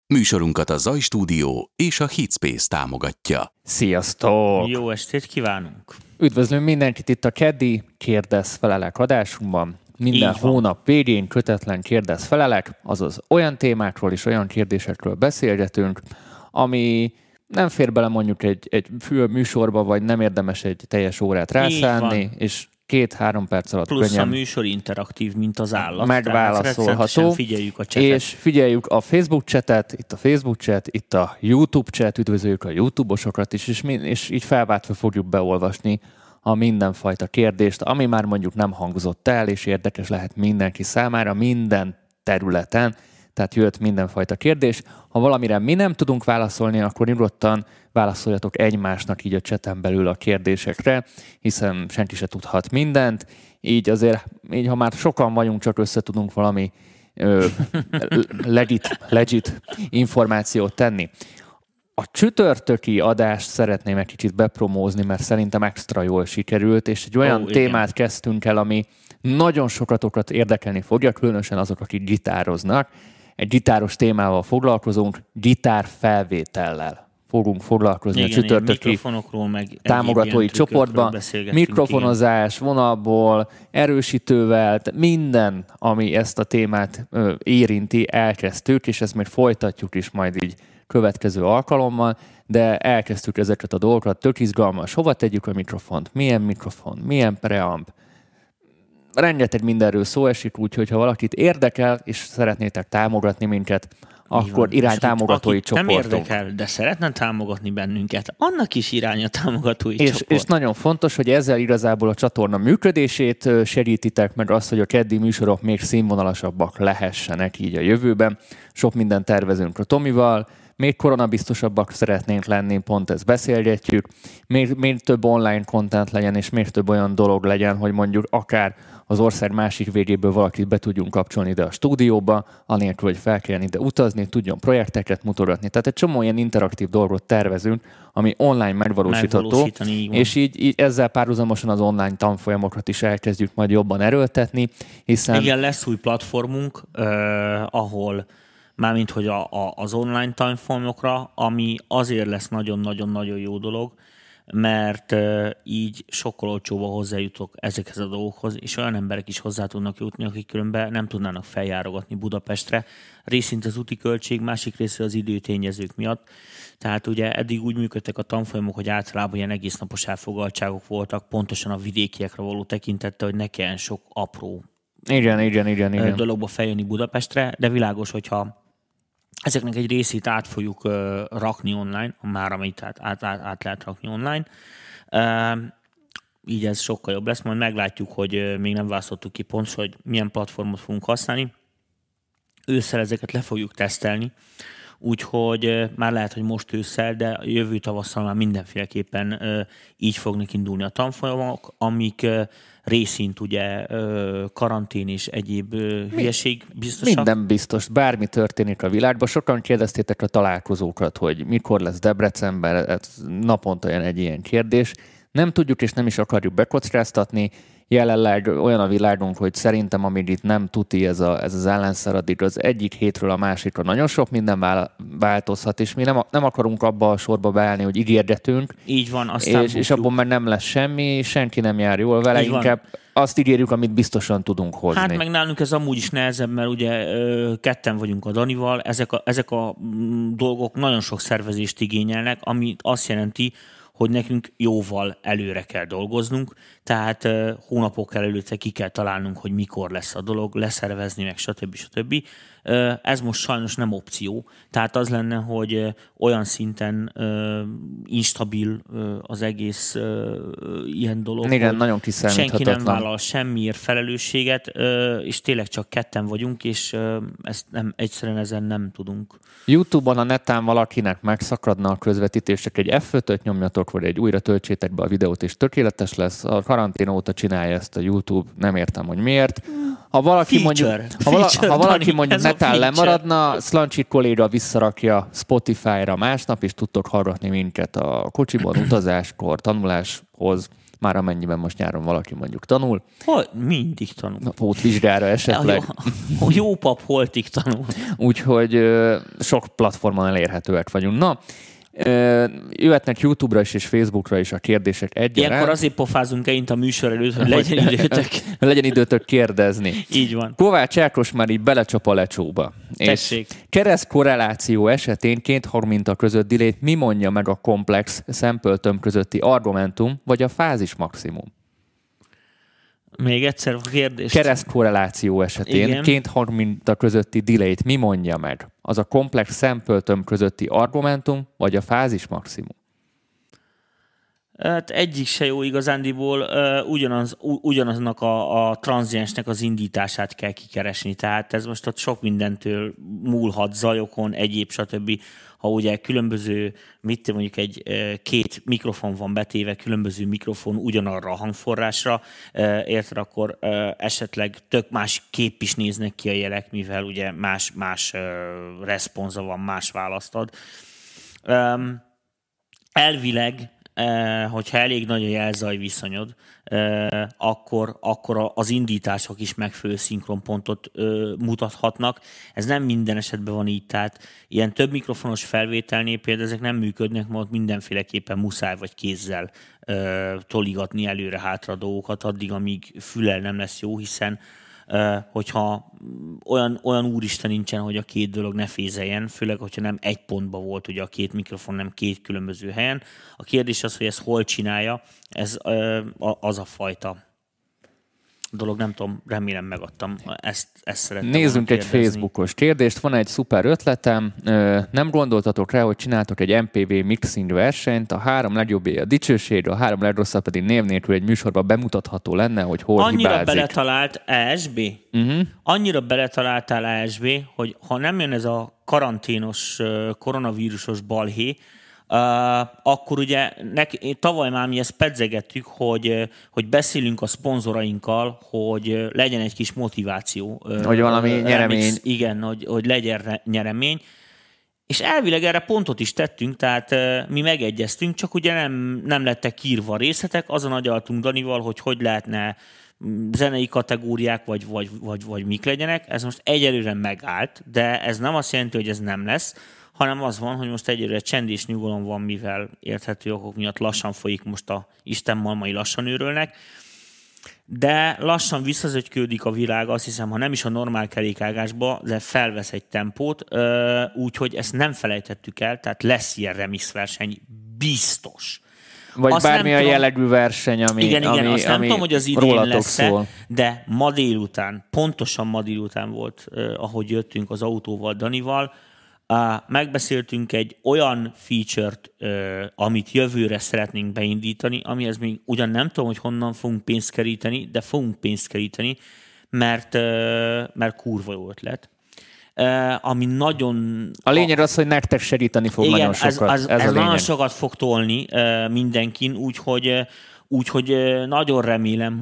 Műsorunkat a Zaj Stúdió és a Hitspace támogatja. Sziasztok! Jó estét kívánunk! Üdvözlünk mindenkit itt a keddi Kérdezz-felelek adásunkban. Minden hónap végén kötetlen kérdezz-felelek, azaz olyan témákról és olyan kérdésekről beszélgetünk, ami nem fér bele mondjuk egy fül műsorba, vagy nem érdemes egy teljes órát rászánni, és 2-3 perc alatt plusz könnyen a műsor interaktív, mint az állat. megválaszolható. Figyeljük a csetet. És figyeljük a Facebook chatet, itt a Facebook chat, itt a YouTube chat, üdvözöljük a YouTube-osokat is, és így felváltva fogjuk beolvasni a mindenfajta kérdést, ami már mondjuk nem hangzott el, és érdekes lehet mindenki számára, minden területen, tehát jött mindenfajta kérdés. Ha valamire mi nem tudunk válaszolni, akkor nyugodtan válaszoljatok egymásnak így a chaten belül a kérdésekre, hiszen senki se tudhat mindent, így azért, így ha már sokan vagyunk, csak össze tudunk valami legit információt tenni. A csütörtöki adást szeretném egy kicsit bepromózni, mert szerintem extra jól sikerült, és egy olyan témát kezdtünk el, ami nagyon sokatokat érdekelni fogja, különösen azok, akik gitároznak. Egy gitáros témával foglalkozunk, gitárfelvétellel fogunk foglalkozni a csütörtöki támogatói csoportban. Mikrofonozás, vonalból, erősítővel, minden, ami ezt a témát érinti, elkezdtük, és ezt még folytatjuk is majd így következő alkalommal, de elkezdtük ezeket a dolgokat, tök izgalmas. Hova tegyük a mikrofont? Mikrofon? Milyen preamp? Rengeteg mindenről szó esik, úgyhogy ha valakit érdekel, és szeretnétek támogatni minket, akkor irány támogatói csoportunk. Nem érdekel, de szeretne támogatni bennünket, annak is irány a támogatói csoport. És nagyon fontos, hogy ezzel igazából a csatorna működését segítitek, meg azt, hogy a keddi műsorok még színvonalasabbak lehessenek így a jövőben. Sok mindent tervezünk a Tomival, még koronabiztosabbak szeretnénk lenni, pont ezt beszélgetjük. Még több online content legyen, és még több olyan dolog legyen, hogy mondjuk akár az ország másik végéből valakit be tudjunk kapcsolni ide a stúdióba, anélkül, hogy fel kelljen ide utazni, tudjon projekteket mutogatni. Tehát egy csomó ilyen interaktív dolgot tervezünk, ami online megvalósítható, és így ezzel párhuzamosan az online tanfolyamokat is elkezdjük majd jobban erőltetni, hiszen... Igen, lesz új platformunk, ahol mármint, hogy az online tanfolyamokra, ami azért lesz nagyon-nagyon-nagyon jó dolog, mert így sokkal olcsóban hozzájutok ezekhez a dolgokhoz, és olyan emberek is hozzá tudnak jutni, akik különben nem tudnának feljárogatni Budapestre. Részint az úti költség, másik részről az időtényezők miatt. Tehát ugye eddig úgy működtek a tanfolyamok, hogy általában ilyen egésznapos elfoglaltságok voltak, pontosan a vidékiekre való tekintettel, hogy ne kelljen sok apró igen. dologba feljönni Budapestre, de világos, hogyha ezeknek egy részét át fogjuk rakni online, már amit át lehet rakni online. Így ez sokkal jobb lesz. Majd meglátjuk, hogy még nem választottuk ki pontosan, hogy milyen platformot fogunk használni. Ősszel ezeket le fogjuk tesztelni, úgyhogy már lehet, hogy most ősszel, de jövő tavasszal már mindenféleképpen így fognak indulni a tanfolyamok, amik részint ugye karantén és egyéb hülyeség biztosak. Minden biztos, bármi történik a világban. Sokan kérdeztétek a találkozókat, hogy mikor lesz Debrecenben, ez naponta jön egy ilyen kérdés. Nem tudjuk és nem is akarjuk bekockáztatni. Jelenleg olyan a világunk, hogy szerintem amíg itt nem tuti ez az ellenszer, addig az egyik hétről a másikra nagyon sok minden változhat, és mi nem akarunk abba a sorba beállni, hogy ígérgetünk. Így van, aztán és abban már nem lesz semmi, senki nem jár jól vele, inkább azt ígérjük, amit biztosan tudunk hozni. Hát meg nálunk ez amúgy is nehezebb, mert ugye ketten vagyunk a Danival, ezek a dolgok nagyon sok szervezést igényelnek, ami azt jelenti, hogy nekünk jóval előre kell dolgoznunk, tehát hónapokkal előtte ki kell találnunk, hogy mikor lesz a dolog, leszervezni, meg stb. Ez most sajnos nem opció, tehát az lenne, hogy olyan szinten instabil az egész ilyen dolog, igen, nagyon senki nem vállal semmiért felelősséget, és tényleg csak ketten vagyunk, és egyszerűen ezen nem tudunk. YouTube-on a netán valakinek megszakadna a közvetítések, egy F5-öt nyomjatok, vagy egy újra töltsétek be a videót, és tökéletes lesz. A karantén óta csinálja ezt a YouTube, nem értem, hogy miért. Ha valaki mondjuk netán lemaradna, Szlancsi kolléga visszarakja Spotify-ra másnap, és tudtok hallgatni minket a kocsiban, utazáskor, tanuláshoz, már amennyiben most nyáron valaki mondjuk tanul. Mindig tanul. A pótvizsgára esetleg. Jó pap holtig tanul. Úgyhogy sok platformon elérhetőek vagyunk. Na, jöhetnek YouTube-ra is és Facebookra is a kérdések egyaránt. Ilyenkor azért pofázunk a műsor előtt, hogy legyen időtök. Legyen időtök kérdezni. Így van. Kovács Ákos már így belecsap a lecsóba. Tessék. És keresztkorreláció esetén két harminta között dilét mi mondja meg a komplex szempöltöm közötti argumentum vagy a fázis maximum? Még egyszer a kérdést. Keresztkorreláció esetén két harminta közötti delay-t mi mondja meg? Az a komplex szempöltöm közötti argumentum, vagy a fázis maximum? Hát egyik se jó igazándiból, ugyanaznak a tranziensnek az indítását kell kikeresni. Tehát ez most ott sok mindentől múlhat, zajokon, egyéb, stb. Ha ugye különböző, mondjuk két mikrofon van betéve, különböző mikrofon ugyanarra a hangforrásra, érted, akkor esetleg tök más kép is néznek ki a jelek, mivel ugye más responsa van, más választ ad. Elvileg, hogyha elég nagy a jelzaj viszonyod, akkor az indítások is megfelelő szinkronpontot mutathatnak. Ez nem minden esetben van így, tehát ilyen több mikrofonos felvételnél például ezek nem működnek, mert muszájképpen muszáj vagy kézzel toligatni előre-hátra dolgokat addig, amíg füllel nem lesz jó, hiszen hogyha olyan úristen nincsen, hogy a két dolog ne fézeljen, főleg, hogyha nem egy pontban volt ugye a két mikrofon, nem két különböző helyen. A kérdés az, hogy ezt hol csinálja, ez az a fajta dolog, nem tudom, remélem megadtam. Ezt szerettem. Nézzünk egy Facebookos kérdést. Van egy szuper ötletem. Nem gondoltatok rá, hogy csináltok egy MPV mixing versenyt, a 3 legjobbé a dicsőség, a 3 legrosszabb pedig név nélkül egy műsorban bemutatható lenne, hogy hol annyira hibázik. Beletalált ESB, annyira beletaláltál ESB, hogy ha nem jön ez a karanténos, koronavírusos balhé, akkor ugye tavaly már mi ezt pedzegettük, hogy beszélünk a szponzorainkkal, hogy legyen egy kis motiváció. Hogy valami nyeremény. Igen, hogy legyen nyeremény. És elvileg erre pontot is tettünk, tehát mi megegyeztünk, csak ugye nem lettek kiírva a részletek, azon agyaltunk Danival, hogy lehetne zenei kategóriák, vagy mik legyenek. Ez most egyelőre megállt, de ez nem azt jelenti, hogy ez nem lesz, hanem az van, hogy most egyelőre csend és nyugalom van, mivel érthető okok miatt lassan folyik most a istenmalmai lassan őrölnek, de lassan visszazögykődik a világ, azt hiszem, ha nem is a normál kerékágásba, de felvesz egy tempót, úgyhogy ezt nem felejtettük el, tehát lesz ilyen remix verseny, biztos. Vagy azt bármilyen jellegű verseny, ami igen, azt nem tudom, hogy az idén lesz-e, de pontosan ma délután volt, ahogy jöttünk az autóval Danival, megbeszéltünk egy olyan feature-t, amit jövőre szeretnénk beindítani, amihez még ugyan nem tudom, hogy honnan fogunk pénzt keríteni, de fogunk pénzt keríteni, mert kurva jó ötlet. Ami nagyon... A lényeg az, hogy nektek segíteni fog nagyon sokat. Ez nagyon sokat fog tolni mindenkin, úgyhogy nagyon remélem,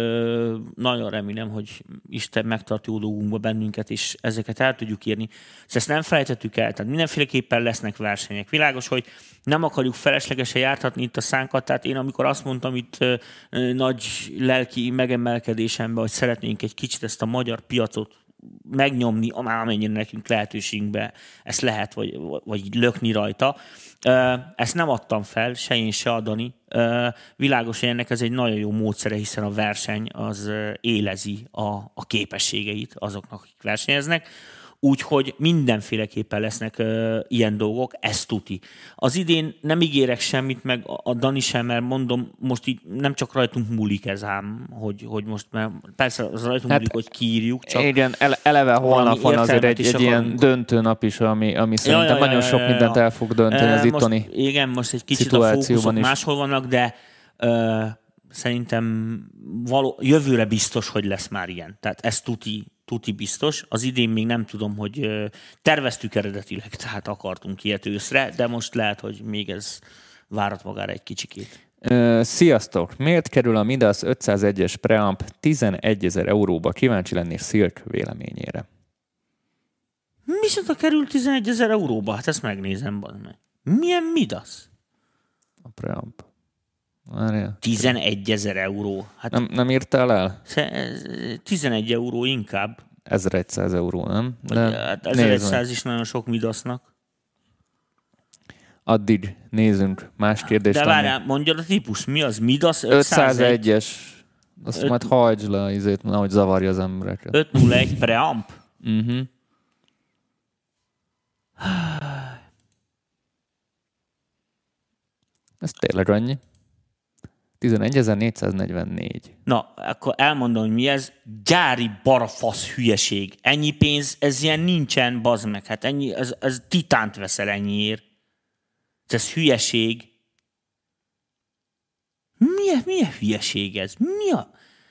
hogy Isten megtart jó dolgunkba bennünket, és ezeket el tudjuk írni. Ezt nem felejtettük el, tehát mindenféleképpen lesznek versenyek. Világos, hogy nem akarjuk feleslegesen jártatni itt a szánkat, tehát én amikor azt mondtam itt nagy lelki megemelkedésemben, hogy szeretnénk egy kicsit ezt a magyar piacot megnyomni, amennyire nekünk lehetőségünkbe ezt lehet, vagy lökni rajta. Ezt nem adtam fel, se én, se a Dani. Világos, hogy ennek ez egy nagyon jó módszere, hiszen a verseny az élezi a képességeit azoknak, akik versenyeznek. Úgyhogy mindenféleképpen lesznek ilyen dolgok, ez tuti. Az idén nem ígérek semmit, meg a Dani sem, mert mondom, most így nem csak rajtunk múlik ez ám, hogy most, mert persze az rajtunk múlik, hogy kiírjuk. Csak igen, eleve holnap van azért egy ilyen döntő nap is, ami szerintem nagyon sok mindent el fog dönteni az itteni most egy kicsit a fókuszok máshol vannak, de szerintem jövőre biztos, hogy lesz már ilyen. Tehát ez tuti biztos. Az idén még nem tudom, hogy terveztük eredetileg, tehát akartunk ilyet őszre, de most lehet, hogy még ez várat magára egy kicsikét. Sziasztok! Miért kerül a Midas 501-es preamp 11 000 euróba? Kíváncsi lennék Szilk véleményére. Micsoda kerül 11 000 euróba? Hát ezt megnézem. Milyen Midas? A preamp. Várjál. 11 000 euró. Hát Nem írtál el? 11 euró inkább. 1100 euró, nem? Hát 1100 is nagyon sok Midasnak. Addig nézzünk más kérdést. De várjál, mondjad a típus, mi az? Midas 501-es. Azt majd hajtsd le, azért, ahogy zavarja az embereket. 501 preamp? Ez tényleg annyi. 11.444. Na, akkor elmondom, hogy mi ez. Gyári barafasz hülyeség. Ennyi pénz, ez ilyen nincsen, bazd meg. Hát ennyi, ez titánt veszel ennyiért. Ez hülyeség. Milyen hülyeség ez? Mi a...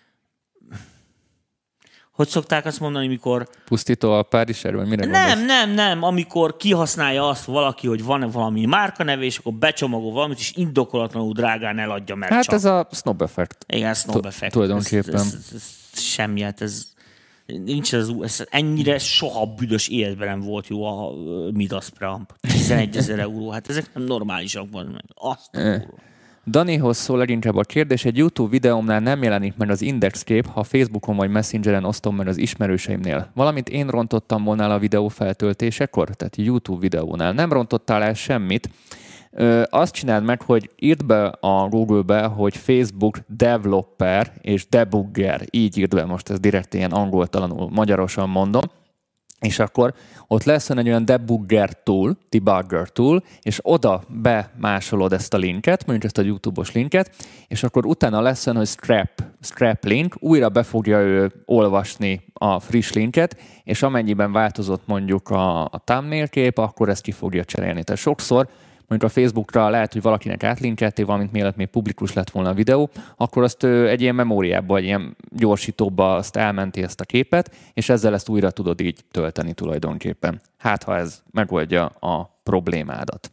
Hogy szokták azt mondani, mikor... Pusztító a párizser, vagy mire gondolsz? Nem. Amikor kihasználja azt valaki, hogy van-e valami márkaneve, és akkor becsomagol valamit, és indokolatlanul drágán eladja, mert hát csak. ez a snob effect. Igen, snob effect. Tulajdonképpen. Ez semmi, hát ez... Nincs ez ennyire soha büdös életben nem volt jó a Midas preamp. 11 000 euró, hát ezek nem normálisak van meg. Azt Danihoz szól leginkább a kérdés, egy YouTube videómnál nem jelenik meg az indexkép, ha Facebookon vagy Messengeren osztom meg az ismerőseimnél. Valamint én rontottam volna el a videó feltöltésekor, tehát YouTube videónál. Nem rontottál el semmit. Azt csináld meg, hogy írd be a Google-be, hogy Facebook developer és debugger. Így írd be, most ez direkt ilyen angoltalanul, magyarosan mondom. És akkor ott lesz egy olyan debugger tool, és oda bemásolod ezt a linket, mondjuk ezt a YouTube-os linket, és akkor utána lesz olyan, hogy scrap link, újra be fogja ő olvasni a friss linket, és amennyiben változott mondjuk a thumbnail kép, akkor ezt ki fogja cserélni. Tehát sokszor mondjuk a Facebookra lehet, hogy valakinek átlinkeltél, valamint mielőtt még publikus lett volna a videó, akkor azt egy ilyen memóriába, egy ilyen gyorsítóba azt elmenti ezt a képet, és ezzel ezt újra tudod így tölteni tulajdonképpen. Hát, ha ez megoldja a problémádat.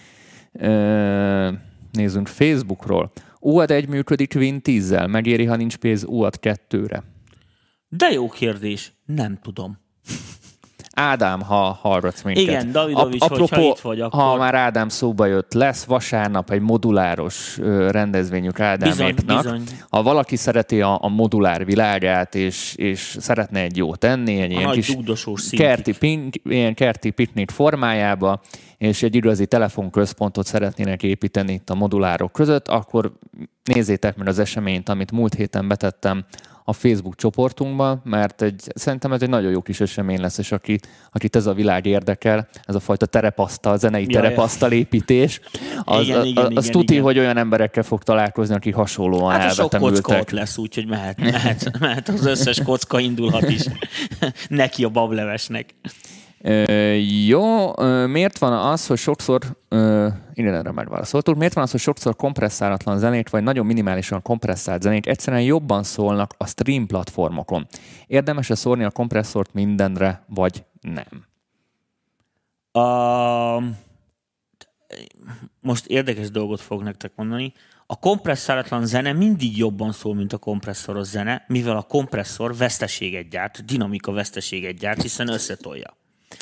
Nézzünk Facebookról. UAD 1 működik Win 10-zel. Megéri, ha nincs pénz UAD 2-re? De jó kérdés. Nem tudom. Ádám, ha hallgatsz minket. Igen, Davidovics, hogyha itt vagy, akkor... Ha már Ádám szóba jött, lesz vasárnap egy moduláros rendezvényük Ádáméknak. Bizony. Ha valaki szereti a modulár világát, és szeretne egy jót enni, egy ilyen kis kerti piknik formájába, és egy igazi telefonközpontot szeretnének építeni itt a modulárok között, akkor nézzétek meg az eseményt, amit múlt héten betettem a Facebook csoportunkban, mert szerintem ez egy nagyon jó kis esemény lesz, és akit ez a világ érdekel, ez a fajta terepasztal, zenei terepasztal építés, az tuti, hogy olyan emberekkel fog találkozni, akik hasonlóan elvetemültek. Hát sok kocka ott lesz, úgyhogy mehet az összes kocka indulhat is neki a bablevesnek. Jó, miért van az, hogy sokszor, igen, erre megválaszoltuk, miért van az, hogy sokszor kompresszálatlan zenét, vagy nagyon minimálisan kompresszált zenét egyszerűen jobban szólnak a stream platformokon? Érdemes-e szórni a kompresszort mindenre, vagy nem? Most érdekes dolgot fog nektek mondani. A kompresszálatlan zene mindig jobban szól, mint a kompresszoros zene, mivel a kompresszor veszteséget gyárt, dinamika veszteséget gyárt, hiszen összetolja.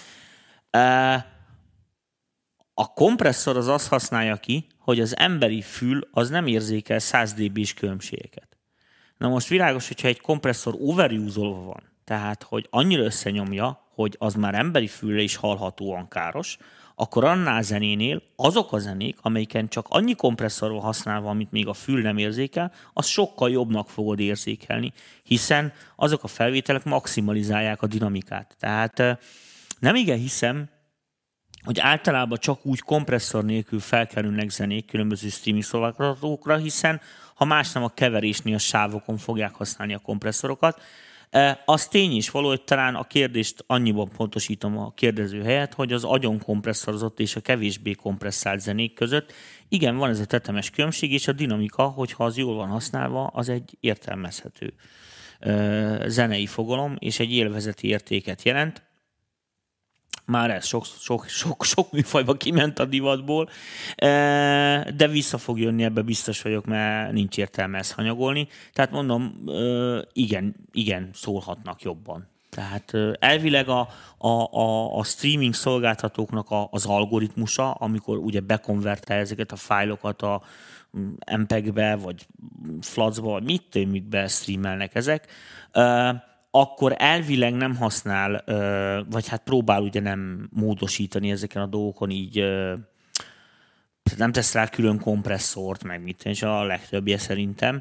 A kompresszor az azt használja ki, hogy az emberi fül az nem érzékel 100 dB-s különbségeket. Na most világos, hogyha egy kompresszor overuse-olva van, tehát hogy annyira összenyomja, hogy az már emberi fülre is hallhatóan káros, akkor annál zenénél azok a zenék, amelyiken csak annyi kompresszor van használva, amit még a fül nem érzékel, az sokkal jobbnak fogod érzékelni, hiszen azok a felvételek maximalizálják a dinamikát. Tehát nem igen hiszem, hogy általában csak úgy kompresszor nélkül felkerülnek zenék különböző streaming szolgáltatókra, hiszen ha más nem, a keverésnél a sávokon fogják használni a kompresszorokat. Az tény is való, hogy talán a kérdést annyiban pontosítom a kérdező helyet, hogy az agyon kompresszorozott és a kevésbé kompresszált zenék között igen, van ez a tetemes különbség, és a dinamika, hogyha az jól van használva, az egy értelmezhető zenei fogalom, és egy élvezeti értéket jelent. Már ez sok műfajba kiment a divatból, de vissza fog jönni, ebbe biztos vagyok, mert nincs értelme ezt hanyagolni. Tehát mondom, igen, szólhatnak jobban. Tehát elvileg a streaming szolgáltatóknak az algoritmusa, amikor ugye bekonvertál ezeket a fájlokat a MPEG-be, vagy FLAC-ba, vagy mitbe streamelnek ezek, akkor elvileg nem használ, vagy hát próbál ugye nem módosítani ezeken a dolgokon, így nem tesz rá külön kompresszort, meg mit, és a legtöbbje szerintem.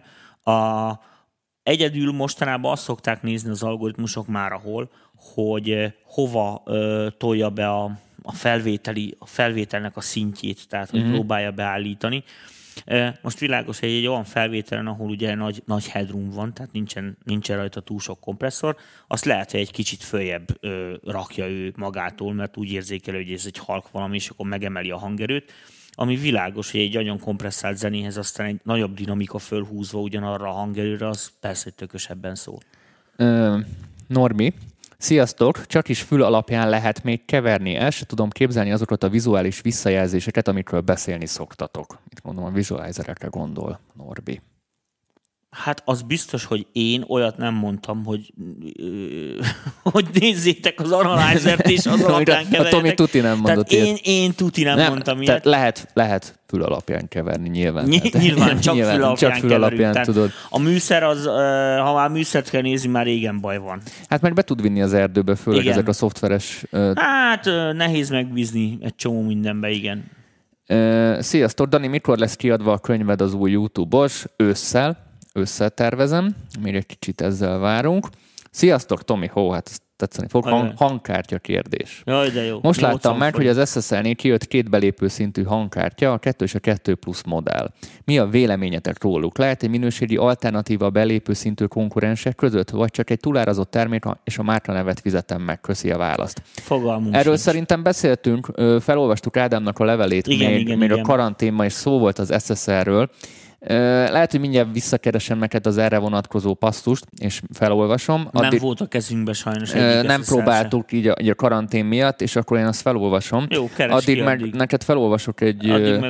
Egyedül mostanában azt szokták nézni az algoritmusok már ahol, hogy hova tolja be a felvételnek a szintjét, tehát hogy próbálja beállítani. Most világos, hogy egy olyan felvételen, ahol ugye nagy headroom van, tehát nincsen rajta túl sok kompresszor, azt lehet, hogy egy kicsit följebb rakja ő magától, mert úgy érzékelő, hogy ez egy halk valami, és akkor megemeli a hangerőt, ami világos, hogy egy nagyon kompresszált zenéhez aztán egy nagyobb dinamika fölhúzva ugyanarra a hangerőre, az persze, hogy tökösebben szól. Normi, sziasztok! Csak is fül alapján lehet még keverni. El se tudom képzelni azokat a vizuális visszajelzéseket, amikről beszélni szoktatok. Itt mondom, a visualizerekre gondol Norbi. Hát az biztos, hogy én olyat nem mondtam, hogy nézzétek az Analyzert, és az alapján keverjetek. A Tomi tuti nem mondott ilyet. Én tuti nem mondtam ilyet. Lehet fül alapján keverni, nyilván. Nyilván, csak fül alapján tudod. A műszer az, ha már műszert kell nézni, már régen baj van. Hát meg be tud vinni az erdőbe, főleg igen. Ezek a szoftveres... Hát nehéz megbízni egy csomó mindenbe, igen. Sziasztok, Dani, mikor lesz kiadva a könyved az új YouTube-os? Ősszel tervezem, még egy kicsit ezzel várunk. Sziasztok, Tomi, hát ezt tetszeni fog. Hangkártya kérdés. Jaj, de jó. Most láttam meg, hogy az SSL-nél kijött 2 belépő szintű hangkártya, a 2 és a 2 Plus modell. Mi a véleményetek róluk? Lehet egy minőségi alternatíva a belépő szintű konkurensek között, vagy csak egy túlárazott termék, és a márka nevet fizetem meg? Köszi a választ. Fogalmunk Erről sincs. Szerintem beszéltünk, felolvastuk Ádámnak a levelét, még a karanténban is szó volt az SSL-ről. Lehet, hogy mindjárt visszakeresem neked az erre vonatkozó passzust, és felolvasom. Nem volt a kezünkbe sajnos. Nem próbáltuk így a karantén miatt, és akkor én azt felolvasom. Jó, keres addig meg neked felolvasok egy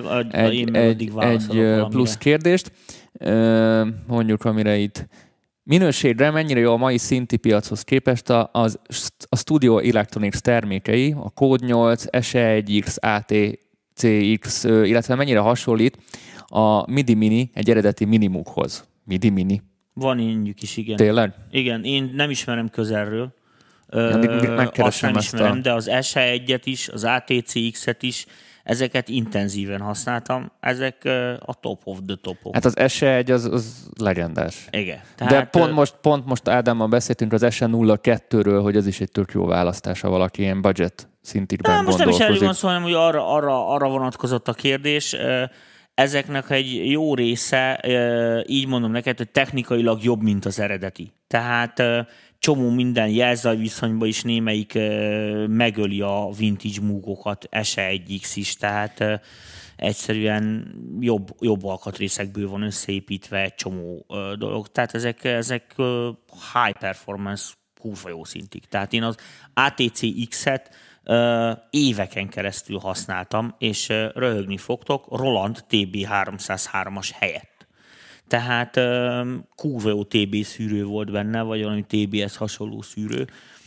plusz kérdést. Mondjuk, amire itt minőségre mennyire jó a mai szinti piachoz képest a Studio Electronics termékei, a Code 8, SE1X, ATCX, illetve mennyire hasonlít a MIDI Mini egy eredeti Minimooghoz. MIDI Mini. Van ilyenjük is, igen. Tényleg? Igen, én nem ismerem közelről. Azt nem ismerem, de az SE1-et is, az ATCX-et is, ezeket intenzíven használtam. Ezek a top of the top. Hát az SE1 az legendás. Igen. Tehát, de pont most Ádámmal beszéltünk az SE02-ről, hogy ez is egy tök jó választás, ha valaki ilyen budget szintikben gondolkozik. Most nem is erről van szó, hanem hogy arra vonatkozott a kérdés. Ezeknek egy jó része, így mondom neked, hogy technikailag jobb, mint az eredeti. Tehát csomó minden jelzajviszonyban is némelyik megöli a vintage Moogokat, SE1X is, tehát egyszerűen jobb alkatrészekből van összeépítve egy csomó dolog. Tehát ezek high performance, kurva jó szintig. Tehát én az ATCX-et éveken keresztül használtam, és röhögni fogtok Roland TB303-as helyett. Tehát kurva jó TB szűrő volt benne, vagy valami TB-hez hasonló szűrő.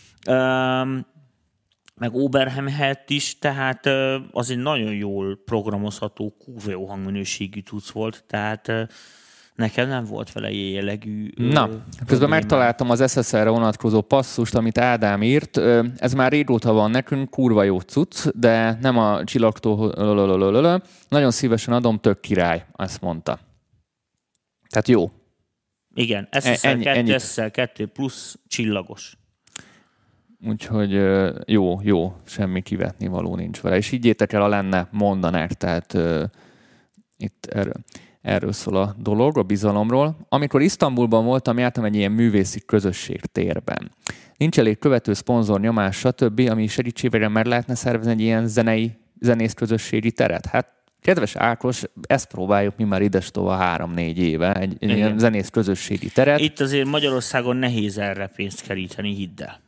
Meg Oberheim helyett is, tehát az egy nagyon jól programozható, kurva jó hangminőségű cucc volt, tehát nekem nem volt vele ilyen jellegű... Na, közben megtaláltam az SSL-re vonatkozó passzust, amit Ádám írt. Ez már régóta van nekünk, kurva jó cucc, de nem a csillagtól... Nagyon szívesen adom, tök király, ezt mondta. Tehát jó. Igen, SSL 2, SSL 2 plusz csillagos. Úgyhogy jó, semmi kivetni való nincs vele. És higgyétek el, ha lenne, mondanák, tehát itt erről szól a dolog, a bizalomról. Amikor Isztambulban voltam, jártam egy ilyen művészi közösség térben. Nincs elég követő, szponzor, nyomás, stb., ami segítségével már lehetne szervezni egy ilyen zenész közösségi teret. Hát, kedves Ákos, ezt próbáljuk mi már idestova 3-4 éve, egy ilyen zenész közösségi teret. Itt azért Magyarországon nehéz erre pénzt keríteni, hidd el.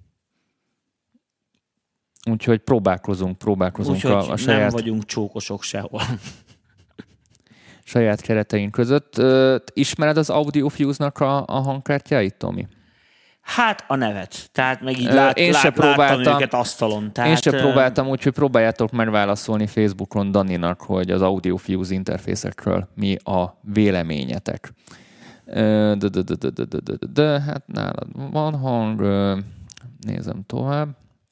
Úgyhogy próbálkozunk Úgyhogy a saját... nem vagyunk csókosok sehol. Saját kereteink között. Ismered az Audiofuse-nak a hangkártyáit, Tomi? Hát a nevet. Tehát meg így láttam őket asztalon. Tehát, én sem próbáltam, úgyhogy próbáljátok megválaszolni Facebookon Daninak, hogy az AudioFuse interfészekről mi a véleményetek. Hát nálad van hang, nézem tovább.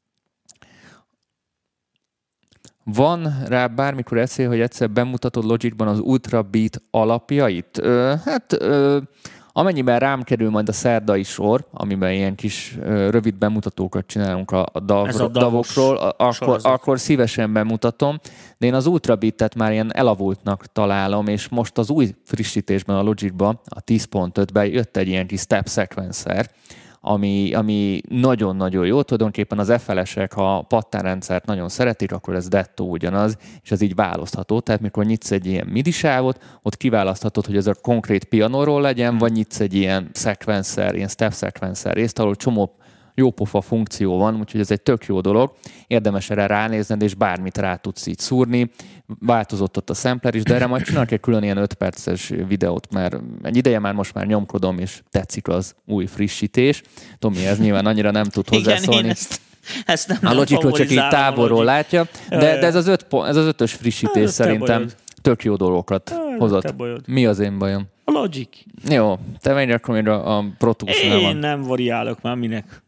Van rá bármikor eszély, hogy egyszer bemutatod Logicban az Ultra Beat alapjait? Amennyiben rám kerül majd a szerdai sor, amiben ilyen kis rövid bemutatókat csinálunk a davokról, akkor szívesen bemutatom, de én az Ultra Beat-et már ilyen elavultnak találom, és most az új frissítésben a Logicban, a 10.5-ben jött egy ilyen kis step sequencer, ami nagyon-nagyon jó. Tulajdonképpen az FL-esek, ha a pattánrendszert nagyon szeretik, akkor ez dettó ugyanaz, és ez így választható. Tehát mikor nyitsz egy ilyen MIDI sávot, ott kiválaszthatod, hogy ez a konkrét pianóról legyen, vagy nyitsz egy ilyen sequencer, ilyen step sequencer részt, ahol csomó jópofa funkció van, úgyhogy ez egy tök jó dolog. Érdemes erre ránézned, és bármit rá tudsz így szúrni. Változott ott a sampler is, de erre majd csinálok egy külön ilyen 5 perces videót, mert egy ideje már most már nyomkodom, és tetszik az új frissítés. Tomi, ez nyilván annyira nem tud hozzászólni. Igen, ezt nem a Logicról csak így távolról látja, de ez az 5-ös frissítés szerintem tök jó dolgokat hozott. Mi az én bajom? A Logic. Jó, te menj akkor a Pro Tools-nál van. Én nem variálok már, minek.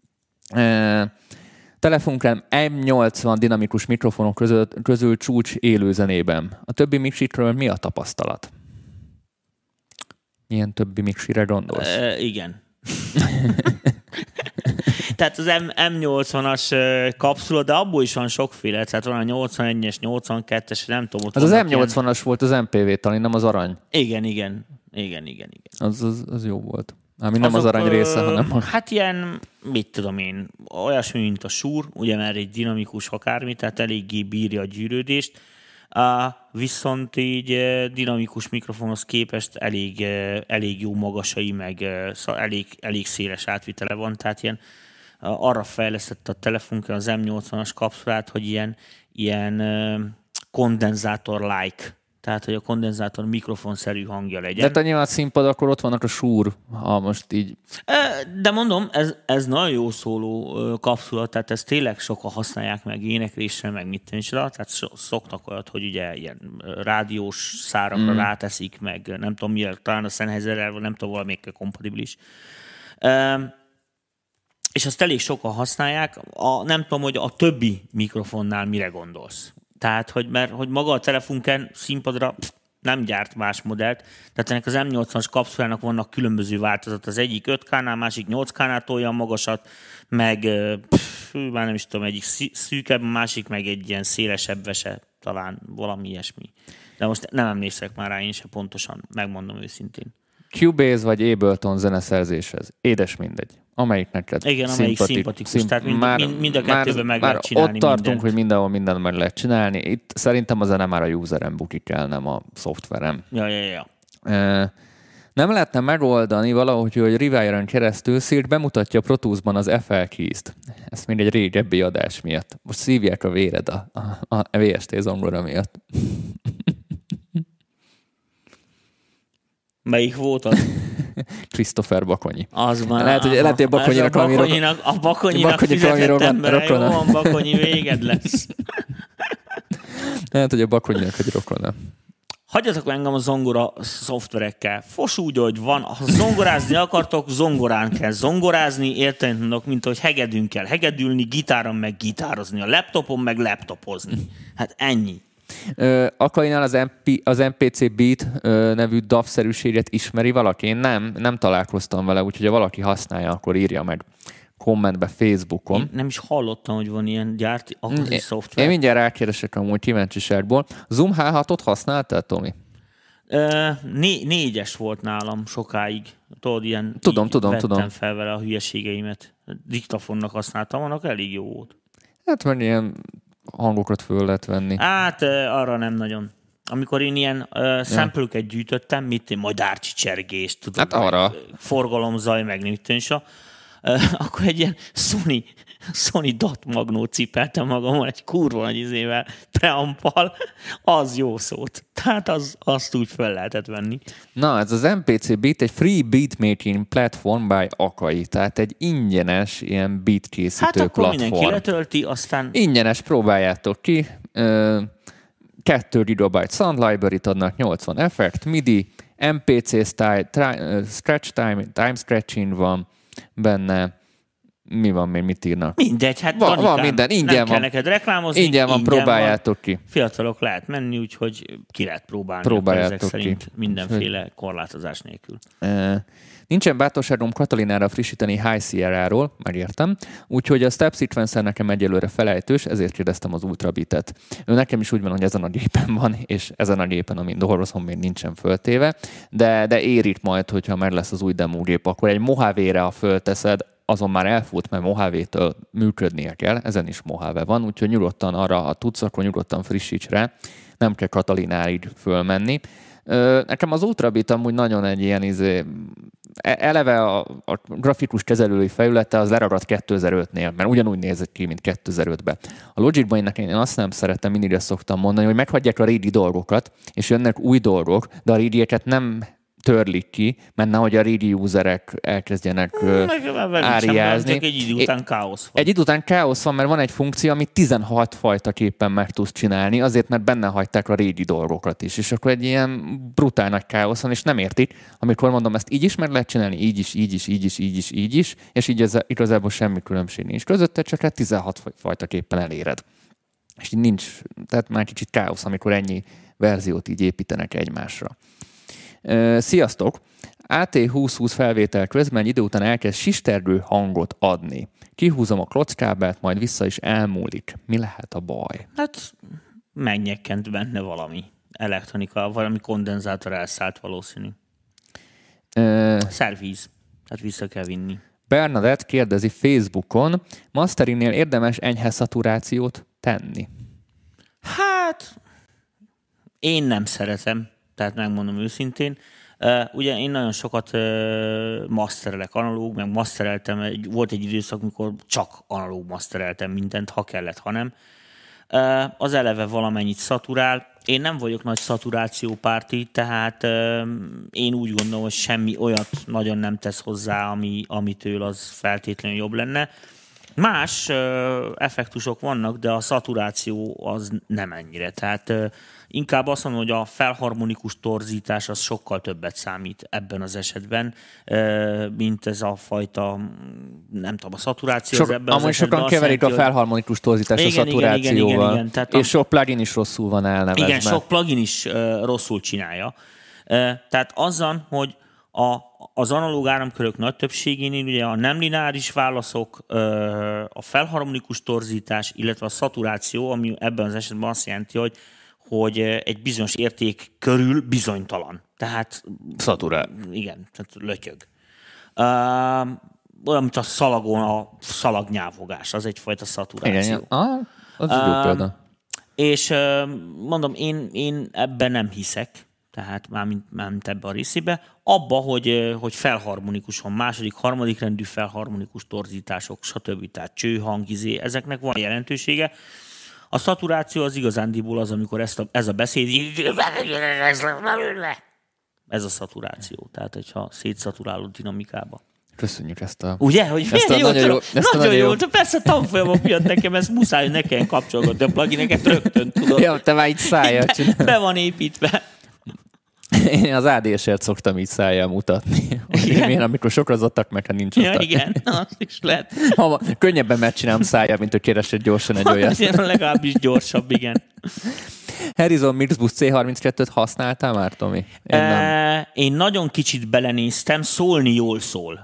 Telefonkrám M80 dinamikus mikrofonok közül csúcs élőzenében. A többi mixikről mi a tapasztalat? Milyen többi mixire gondolsz? Igen. Tehát az M80-as kapszula, de abból is van sokféle. Tehát van a 81-es, 82-es, nem tudom. Ott az M80-as volt az MPV talán, nem az arany. Igen. Az jó volt. Ami nem az arany része, hanem a... Hát ilyen, mit tudom én, olyasmi, mint a Shure, ugye már egy dinamikus akármi, tehát eléggé bírja a gyűrődést, viszont így dinamikus mikrofonhoz képest elég jó magasai, meg elég széles átvitele van, tehát ilyen arra fejlesztette a telefonka az M80-as kapszulát, hogy ilyen kondenzátor-like, tehát, hogy a kondenzátor mikrofonszerű hangja legyen. De nyilván a színpad, akkor ott vannak a Shure, ha most így... De mondom, ez nagyon jó szóló kapszula, tehát ezt tényleg sokan használják meg éneklésre, meg mit tűncsre, tehát szoktak olyat, hogy ugye ilyen rádiós szárakra ráteszik, meg nem tudom miért, talán a Sennheiserrel, nem tudom, valamelyikkel kompatibilis. És azt elég sokan használják, nem tudom, hogy a többi mikrofonnál mire gondolsz. Tehát, hogy maga a Telefunken színpadra nem gyárt más modellt. Tehát ennek az M80-as kapszulának vannak különböző változat. Az egyik 5K-nál, másik 8K-nál tolja magasat, meg már nem is tudom, egyik szűkebb, másik meg egy ilyen szélesebb vese, talán valami ilyesmi. De most nem emlékszek már rá én se pontosan, megmondom őszintén. Cubase vagy Ableton zeneszerzéshez. Édes mindegy. Amelyik neked igen, amelyik szimpatikus. Tehát mind a kettőben meg lehet csinálni ott tartunk, mindent. Hogy mindenhol mindent meg lehet csinálni. Itt szerintem a zene már a useren bukik el, nem a szoftverem. Ja. Nem lehetne megoldani valahogy, hogy Rewire-en keresztül Szírt bemutatja a Pro Tools-ban az FL Keys-t. Ezt még egy régebbi adás miatt. Most szívják a véred a VST zongora miatt. Melyik volt az? Christopher Bakonyi. Az már. Lehet, hogy Bakonyinak a Bakonyinak fizetett embere. Jó van, Bakonyi, véged lesz. Lehet, hogy a Bakonyinak egy rokona. Hagyjatok engem a zongora szoftverekkel. Fos úgy, hogy van. Ha zongorázni akartok, zongorán kell zongorázni. Érteni tudok, mint hogy hegedűn kell hegedülni, gitáron meg gitározni, a laptopon meg laptopozni. Hát ennyi. Akainál az MPC Beat nevű DAW-szerűséget ismeri valaki? Én nem találkoztam vele, úgyhogy ha valaki használja, akkor írja meg kommentbe Facebookon. Én nem is hallottam, hogy van ilyen gyárti szoftver. Én mindjárt rákérdesek amúgy kíváncsiságból. Zoom H6-ot használtál, Tomi? 4-es volt nálam sokáig. Tudod, ilyen tudom. fel vele a hülyeségeimet. Diktafonnak használtam, annak elég jó volt. Hát mert ilyen hangokat föl lehet venni. Hát arra nem nagyon. Amikor én ilyen sample-öket gyűjtöttem, madárcsi csergést, tudod, hát arra. Forgalomzaj, meg akkor egy ilyen Sony Sony Dot Magnó cipeltem magamon egy kurva nagy izével, preampal, az jó szót. Tehát azt úgy fel lehetett venni. Na, ez az MPC Beat egy free beatmaking platform by Akai, tehát egy ingyenes ilyen beat készítő hát akkor platform. mindenki letölti, aztán... Ingyenes, próbáljátok ki. 2 GB sound library-t adnak, 80 effekt, MIDI, MPC style, scratch time stretching van benne. Mi van még, mit írnak? Mindegy, hát van minden, ingyen nem van. kell neked reklámozni. Ingyen van, próbáljátok ki. Fiatalok lehet menni, úgyhogy ki lehet próbálni. Próbáljátok szerint ki. Mindenféle korlátozás nélkül. Nincsen bátorságom Katalinára frissíteni High Sierra-ról, megértem, úgyhogy a Step Sequencer nekem egyelőre felejtős, ezért kérdeztem az Ultrabeat-et. Ő nekem is úgy van, hogy ezen a gépen van, és ezen a gépen, amin dolgozom, még nincsen föltéve, de ér itt majd, hogyha meg lesz az új demógép, akkor egy Mojave-re, ha fölteszed, azon már elfut, mert Mojave-től működnie kell, ezen is Mojave van, úgyhogy nyugodtan arra, ha tudsz, akkor nyugodtan frissíts rá, nem kell Katalinára így fölmenni. Nekem az Ultrabeat amúgy nagyon egy ilyen eleve a grafikus kezelői felülete az leragadt 2005-nél, mert ugyanúgy nézett ki, mint 2005-ben. A Logicban én azt nem szeretem, mindig ezt szoktam mondani, hogy meghagyják a régi dolgokat, és jönnek új dolgok, de a régieket nem törlik ki, mert nehogy a régi userek elkezdjenek áriázni. Csak egy idő után káosz van. Egy idő után káosz van, mert van egy funkció, amit 16 fajta képpen meg tudsz csinálni, azért, mert benne hagyták a régi dolgokat is. És akkor egy ilyen brutál nagy káosz van, és nem értik, amikor mondom, ezt így is meg lehet csinálni, így is, és így igazából semmi különbség nincs közötte, csak 16 fajta képpen eléred. És így nincs, tehát már kicsit káosz, amikor ennyi verziót így építenek egymásra. Sziasztok! AT2020 felvétel közben egy idő után elkezd sistergő hangot adni. Kihúzom a klockábelt, majd vissza is elmúlik. Mi lehet a baj? Hát megnyekkent benne valami elektronika, valami kondenzátor elszállt valószínű. Szervíz. Tehát vissza kell vinni. Bernadett kérdezi Facebookon, masterinnél érdemes enyhe szaturációt tenni? Hát én nem szeretem. Tehát megmondom őszintén. Ugye én nagyon sokat masterelek analóg, meg mastereltem, volt egy időszak, amikor csak analóg mastereltem mindent, ha kellett, ha nem. Az eleve valamennyit szaturál. Én nem vagyok nagy szaturációpárti, tehát én úgy gondolom, hogy semmi olyat nagyon nem tesz hozzá, amitől az feltétlenül jobb lenne. Más effektusok vannak, de a szaturáció az nem ennyire. Tehát inkább azt mondom, hogy a felharmonikus torzítás az sokkal többet számít ebben az esetben, mint ez a fajta, nem tudom, a szaturáció. Amúgy sokan keverik a felharmonikus torzítást a szaturációval, igen. Tehát és sok plugin is rosszul van elnevezve. Igen, sok plugin is rosszul csinálja. Tehát azzal, hogy az analóg áramkörök nagy többségénél ugye a nem lineáris válaszok, a felharmonikus torzítás, illetve a szaturáció, ami ebben az esetben azt jelenti, hogy egy bizonyos érték körül bizonytalan. Tehát szaturál. Igen, tehát lötyög. Olyan, mint a szalagon a szalagnyávogás, az egyfajta szaturáció. Igen, az jó példa. És mondom, én ebben nem hiszek, tehát mármint ebbe a részébe, abba, hogy felharmonikuson, második, harmadik rendű felharmonikus torzítások, stb. Tehát csőhang, ezeknek van jelentősége. A szaturáció az igazándiból az, amikor ez a beszéd, ez a szaturáció. Tehát, hogyha szétszaturáló dinamikába. Köszönjük ezt a... Ugye? Hogy ezt nagyon jó. Persze tanfolyamok miatt nekem, ezt muszáj, hogy nekem kapcsolgatni a plugineket rögtön, tudod. Ja, te már így szájjal csinálod. Be van építve. Én az ADSR-t szoktam így szájjal mutatni. Én, amikor sokat adtak meg, ha nincs ott. Ja, igen, az is lehet. Könnyebben megcsinálom szájjal, mint hogy keresed gyorsan egy olyat. Legalábbis gyorsabb, igen. Horizon Mixbus C32-t használtál már, Tomi? Én nagyon kicsit belenéztem, szólni jól szól.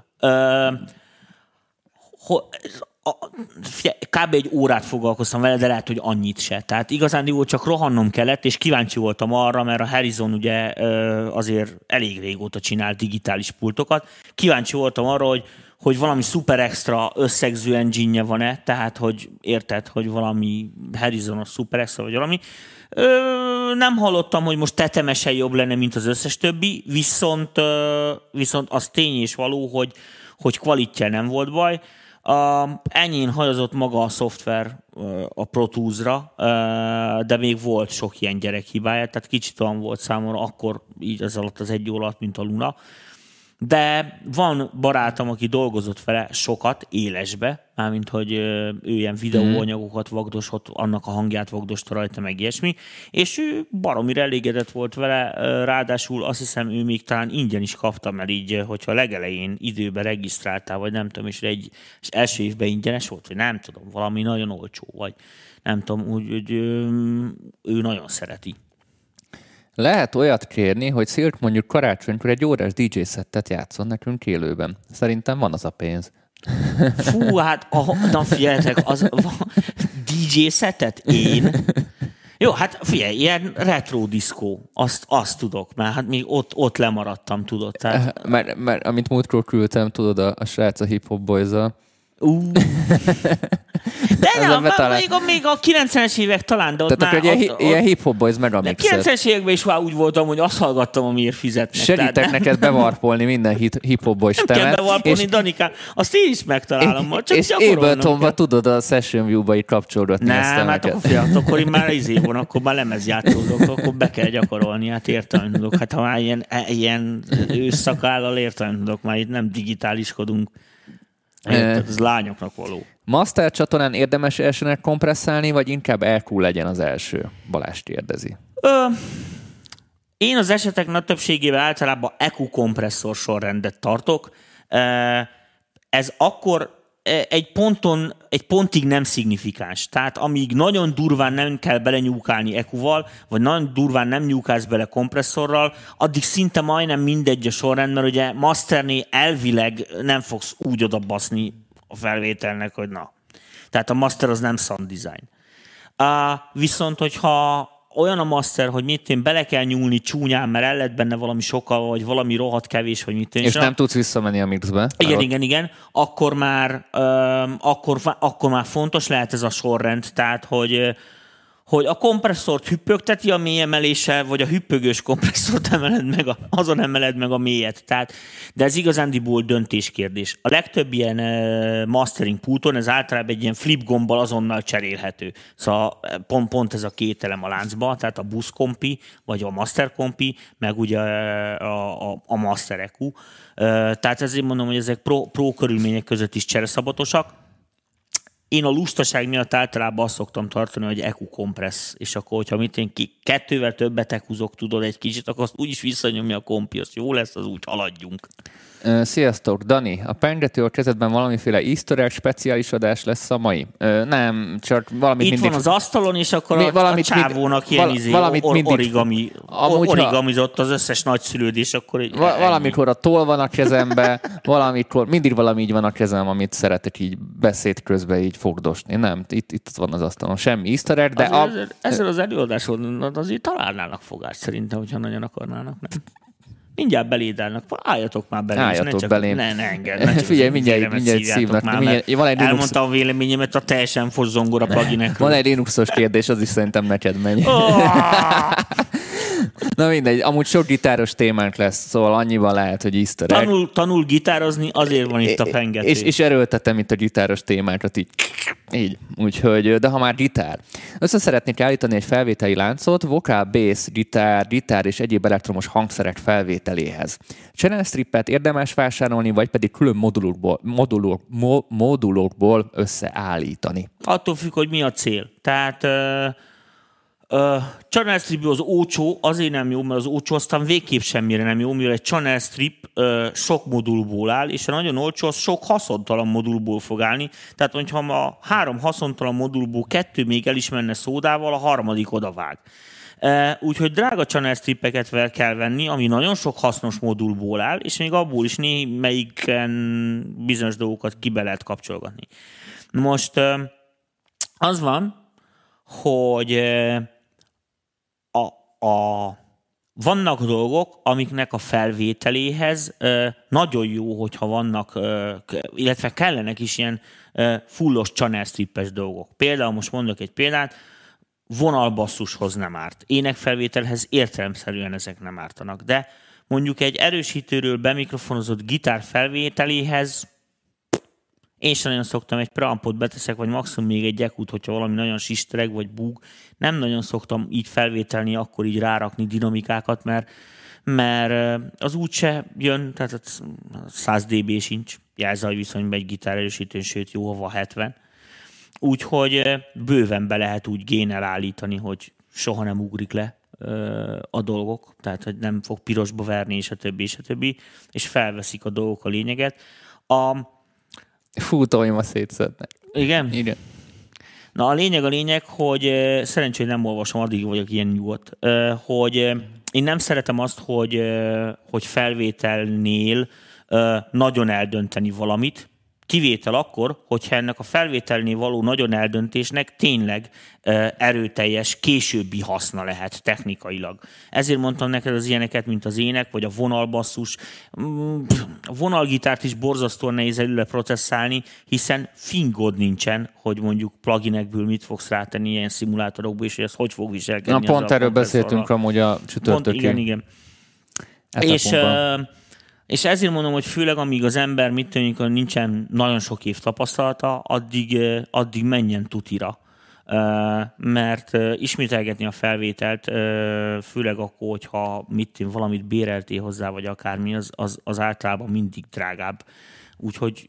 Kb. egy órát foglalkoztam vele, de lehet, hogy annyit se. Tehát igazán csak rohannom kellett, és kíváncsi voltam arra, mert a Horizon ugye azért elég régóta csinál digitális pultokat. Kíváncsi voltam arra, hogy valami szuper extra összegző engine-je van-e, tehát hogy érted, hogy valami Horizonos szuper extra, vagy valami. Nem hallottam, hogy most tetemesen jobb lenne, mint az összes többi, viszont az tény és való, hogy kvalitje nem volt baj. Ennyien hajazott maga a szoftver a Pro Tools-ra, de még volt sok ilyen gyerek hibája, tehát kicsit olyan volt számomra akkor így az alatt az egy óra alatt, mint a Luna. De van barátom, aki dolgozott vele sokat, élesbe, mármint, hogy ő ilyen videóanyagokat vagdosott, annak a hangját vagdosta rajta, meg ilyesmi, és ő baromira elégedett volt vele, ráadásul azt hiszem, ő még talán ingyen is kapta, mert így, hogyha legelején időben regisztráltál, vagy nem tudom, és első évben ingyenes volt, vagy nem tudom, valami nagyon olcsó, vagy nem tudom, úgy ő nagyon szereti. Lehet olyat kérni, hogy Szilt mondjuk karácsonykor egy órás DJ szettet játszon nekünk élőben. Szerintem van az a pénz. Fú, hát na figyeljetek, az DJ szettet én? Jó, hát figyelj, ilyen retro diszkó, azt tudok, mert hát még ott lemaradtam, tudod. Tehát... Mert amit múltkor küldtem, tudod, a srác a Hip Hop Boys-a. De nem, még a 90-es évek talán, de ott tehát már... ilyen Hip Hop Boys megamixet. 90-es években is úgy voltam, hogy azt hallgattam, amiért fizetnek. Segítek neked bevarpolni minden Hip Hop Boys temet. Nem kell bevarpolni, Danikám, azt én is megtalálom. Csak és Abletonba tudod a Session View-ba így kapcsolgatni ezt temeket. Nem, hát akkor én már van, akkor már lemezjátszódok, akkor be kell gyakorolni, hát értelem tudok. Hát ha már ilyen ősszakállal értelem tudok, már itt nem digitáliskodunk. Ez lányoknak való. Master csatornán érdemes elsőnek kompresszálni, vagy inkább EQ legyen az első? Balázs kérdezi. Én az esetek nagy többségében általában EQ kompresszor sorrendet tartok. Ez akkor egy pontig nem szignifikáns. Tehát amíg nagyon durván nem kell belenyúkálni EQ-val, vagy nagyon durván nem nyúkálsz bele kompresszorral, addig szinte majdnem mindegy a sorrend, mert ugye masternél elvileg nem fogsz úgy odabaszni a felvételnek, hogy na. Tehát a master az nem sound design. Viszont, hogyha olyan a master, hogy mit bele kell nyúlni csúnyán, mert el lett benne valami sokkal, vagy valami rohadt kevés, vagy mit és nem tudsz visszamenni a mixbe. Igen. Akkor már fontos lehet ez a sorrend, tehát, hogy a kompresszort hüppögteti a mély emeléssel, vagy a hüppögős kompresszort azon emeled meg a mélyet. Tehát, de ez igazándiból döntéskérdés. A legtöbb ilyen mastering pulton ez általában egy ilyen flip gombbal azonnal cserélhető. Szóval pont ez a két elem a láncba, tehát a bus kompi, vagy a master kompi, meg ugye a master EQ. Tehát ezért mondom, hogy ezek pro körülmények között is csereszabatosak. Én a lustaság miatt általában azt szoktam tartani, hogy EQ kompressz, és akkor, hogyha kettővel többet EQ-zok, tudod egy kicsit, akkor azt úgyis visszanyomja a kompi, az jó lesz, az úgy haladjunk. Sziasztok, Dani, a pengető kezetben valamiféle easter egg speciális adás lesz a mai? Nem, csak valamit itt van az asztalon, és akkor a csávónak ilyen origamizott az összes nagyszülőd, és akkor... Valamikor a toll van a kezembe, mindig valami így van a kezem, amit szeretek így beszéd közben így fogdosni. Nem, itt van az asztalon, semmi easter egg, de... Ezzel az előadásodon azért találnának fogást szerintem, hogyha nagyon akarnának, nem? Mindjárt beléd állnak. Álljatok már belé. Álljatok belém. Ne engedd. Figyelj, mindjárt szívnak. Elmondtam a véleményemet a teljesen fos zongora pluginekről. Van egy Linuxos kérdés, az is szerintem neked megy. Na mindegy, amúgy sok gitáros témánk lesz, szóval annyiban lehet, hogy easter egg. Tanul gitározni, azért van itt a pengető. És erőltetem itt a gitáros témákat így. Úgyhogy, de ha már gitár. Össze szeretnék állítani egy felvételi láncot, vokál, bass, gitár és egyéb elektromos hangszerek felvételéhez. Channel strippet érdemes vásárolni, vagy pedig külön modulokból összeállítani. Attól függ, hogy mi a cél. Tehát channel strip az ócsó azért nem jó, mert az ócsó aztán végképp semmire nem jó, mivel egy channel strip sok modulból áll, és a nagyon olcsó az sok haszontalan modulból fog állni. Tehát, hogyha a 3 haszontalan modulból 2 még el is menne szódával, a harmadik odavág. Úgyhogy drága channel strippeket kell venni, ami nagyon sok hasznos modulból áll, és még abból is némelyiken bizonyos dolgokat ki be lehet kapcsolgatni. Most az van, hogy vannak dolgok, amiknek a felvételéhez nagyon jó, hogyha vannak, illetve kellenek is ilyen fullos channel strippes dolgok. Például most mondok egy példát, vonalbasszushoz nem árt. Énekfelvételhez értelemszerűen ezek nem ártanak, de mondjuk egy erősítőről bemikrofonozott gitár felvételéhez Én sem nagyon szoktam, egy preampot beteszek, vagy maximum még egy jackut, hogyha valami nagyon sistereg, vagy bug. Nem nagyon szoktam így felvételni, akkor így rárakni dinamikákat, mert az úgyse jön, tehát 100 dB sincs jelzajviszonyban egy gitárerősítőn, sőt jó, ha van 70. Úgyhogy bőven be lehet úgy génnel állítani, hogy soha nem ugrik le a dolgok, tehát hogy nem fog pirosba verni, és a többi, és felveszik a dolgok a lényeget. Fútóim a szétszednek. Igen? Igen. Na a lényeg, hogy szerencsére nem olvasom, addig vagyok ilyen nyugodt, hogy én nem szeretem azt, hogy felvételnél nagyon eldönteni valamit, kivétel akkor, hogyha ennek a felvételnél való nagyon eldöntésnek tényleg erőteljes, későbbi haszna lehet technikailag. Ezért mondtam neked az ilyeneket, mint az ének, vagy a vonalbasszus. A vonalgitárt is borzasztóan nehéz előle processzálni, hiszen fingod nincsen, hogy mondjuk pluginekből mit fogsz rátenni ilyen szimulátorokba, és hogy ez hogy fog viselkedni. Na pont erről beszéltünk amúgy a csütörtökön. Igen. És ezért mondom, hogy főleg amíg az ember nincsen nagyon sok év tapasztalata, addig menjen tutira. Mert ismételgetni a felvételt, főleg akkor, hogyha valamit béreltél hozzá, vagy akármi, az általában mindig drágább. Úgyhogy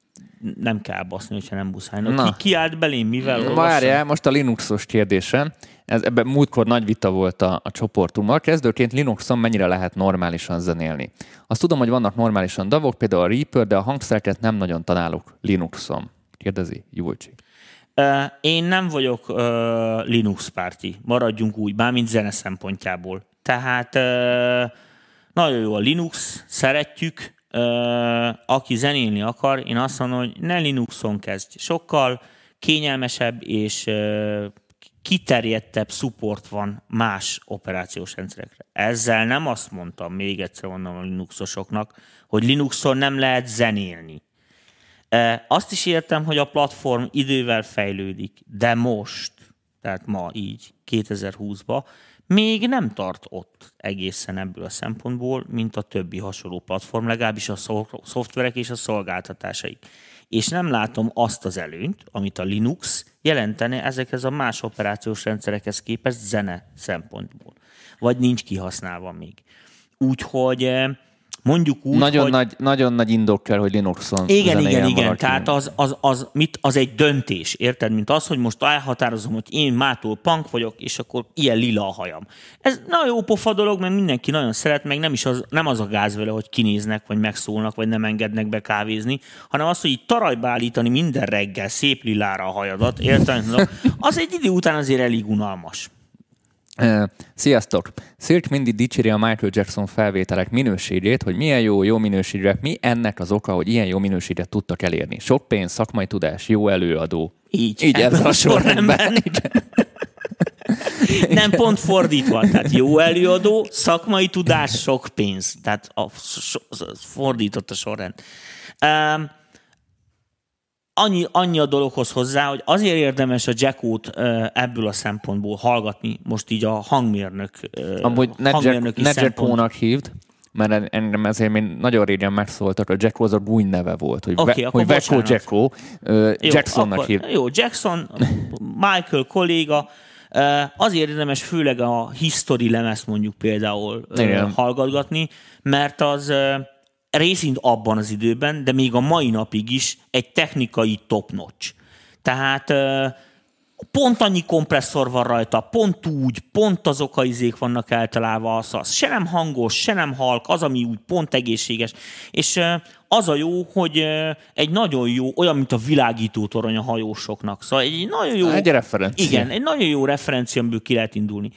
nem kell baszni, hogyha nem muszáj. Ki állt belém, mivel várjál, most a Linuxos kérdésem. Ebben múltkor nagy vita volt a csoportunkban. Kezdőként Linuxon mennyire lehet normálisan zenélni? Azt tudom, hogy vannak normálisan davok, például a Reaper, de a hangszereket nem nagyon találok Linuxon. Kérdezi Julcsi. Én nem vagyok Linux párti. Maradjunk úgy, bármint zene szempontjából. Tehát nagyon jó a Linux, szeretjük. Aki zenélni akar, én azt mondom, hogy ne Linuxon kezdj. Sokkal kényelmesebb és kiterjedtebb support van más operációs rendszerekre. Ezzel nem azt mondtam, még egyszer mondom a Linuxosoknak, hogy Linuxon nem lehet zenélni. Azt is értem, hogy a platform idővel fejlődik, de most, tehát ma így, 2020-ban, még nem tart ott egészen ebből a szempontból, mint a többi hasonló platform, legalábbis a szoftverek és a szolgáltatásaik. És nem látom azt az előnyt, amit a Linux jelentene ezekhez a más operációs rendszerekhez képest zene szempontból. Vagy nincs kihasználva még. Úgyhogy mondjuk úgy, nagyon nagy indok kell, hogy Linuxon igen. Valaki. Tehát az egy döntés, érted? Mint az, hogy most elhatározom, hogy én mától punk vagyok, és akkor ilyen lila a hajam. Ez nagyon jó pofa dolog, mert mindenki nagyon szeret, meg nem az a gáz vele, hogy kinéznek, vagy megszólnak, vagy nem engednek be kávézni, hanem az, hogy így tarajba állítani minden reggel szép lilára a hajadat, érted? Az egy idő után azért elég unalmas. Sziasztok! Szirk mindig dicséri a Michael Jackson felvételek minőségét, hogy milyen jó minőségre, mi ennek az oka, hogy ilyen jó minőséget tudtak elérni. Sok pénz, szakmai tudás, jó előadó. Így ez a sorrendben. Nem pont fordítva, tehát jó előadó, szakmai tudás, sok pénz. Tehát fordított a sorrend. Annyi a dologhoz hozzá, hogy azért érdemes a Jackót ebből a szempontból hallgatni, most így a hangmérnök amúgy ne Jackónak hívd, mert engem ezért még nagyon régen megszóltak, a Jackó az a gúny neve volt, hogy Vekó Jackó, Jacksonnak hívd. Jó, Jackson, Michael kolléga, azért érdemes főleg a history lemezt mondjuk például hallgatgatni, mert az részint abban az időben, de még a mai napig is egy technikai top-notch. Tehát pont annyi kompresszor van rajta, pont azok a izék vannak eltalálva, az se nem hangos, se nem halk, az, ami úgy pont egészséges. És az a jó, hogy egy nagyon jó, olyan, mint a világító torony a hajósoknak. Szóval egy nagyon jó... Egy referencia. Igen, egy nagyon jó referencia, amiből ki lehet indulni.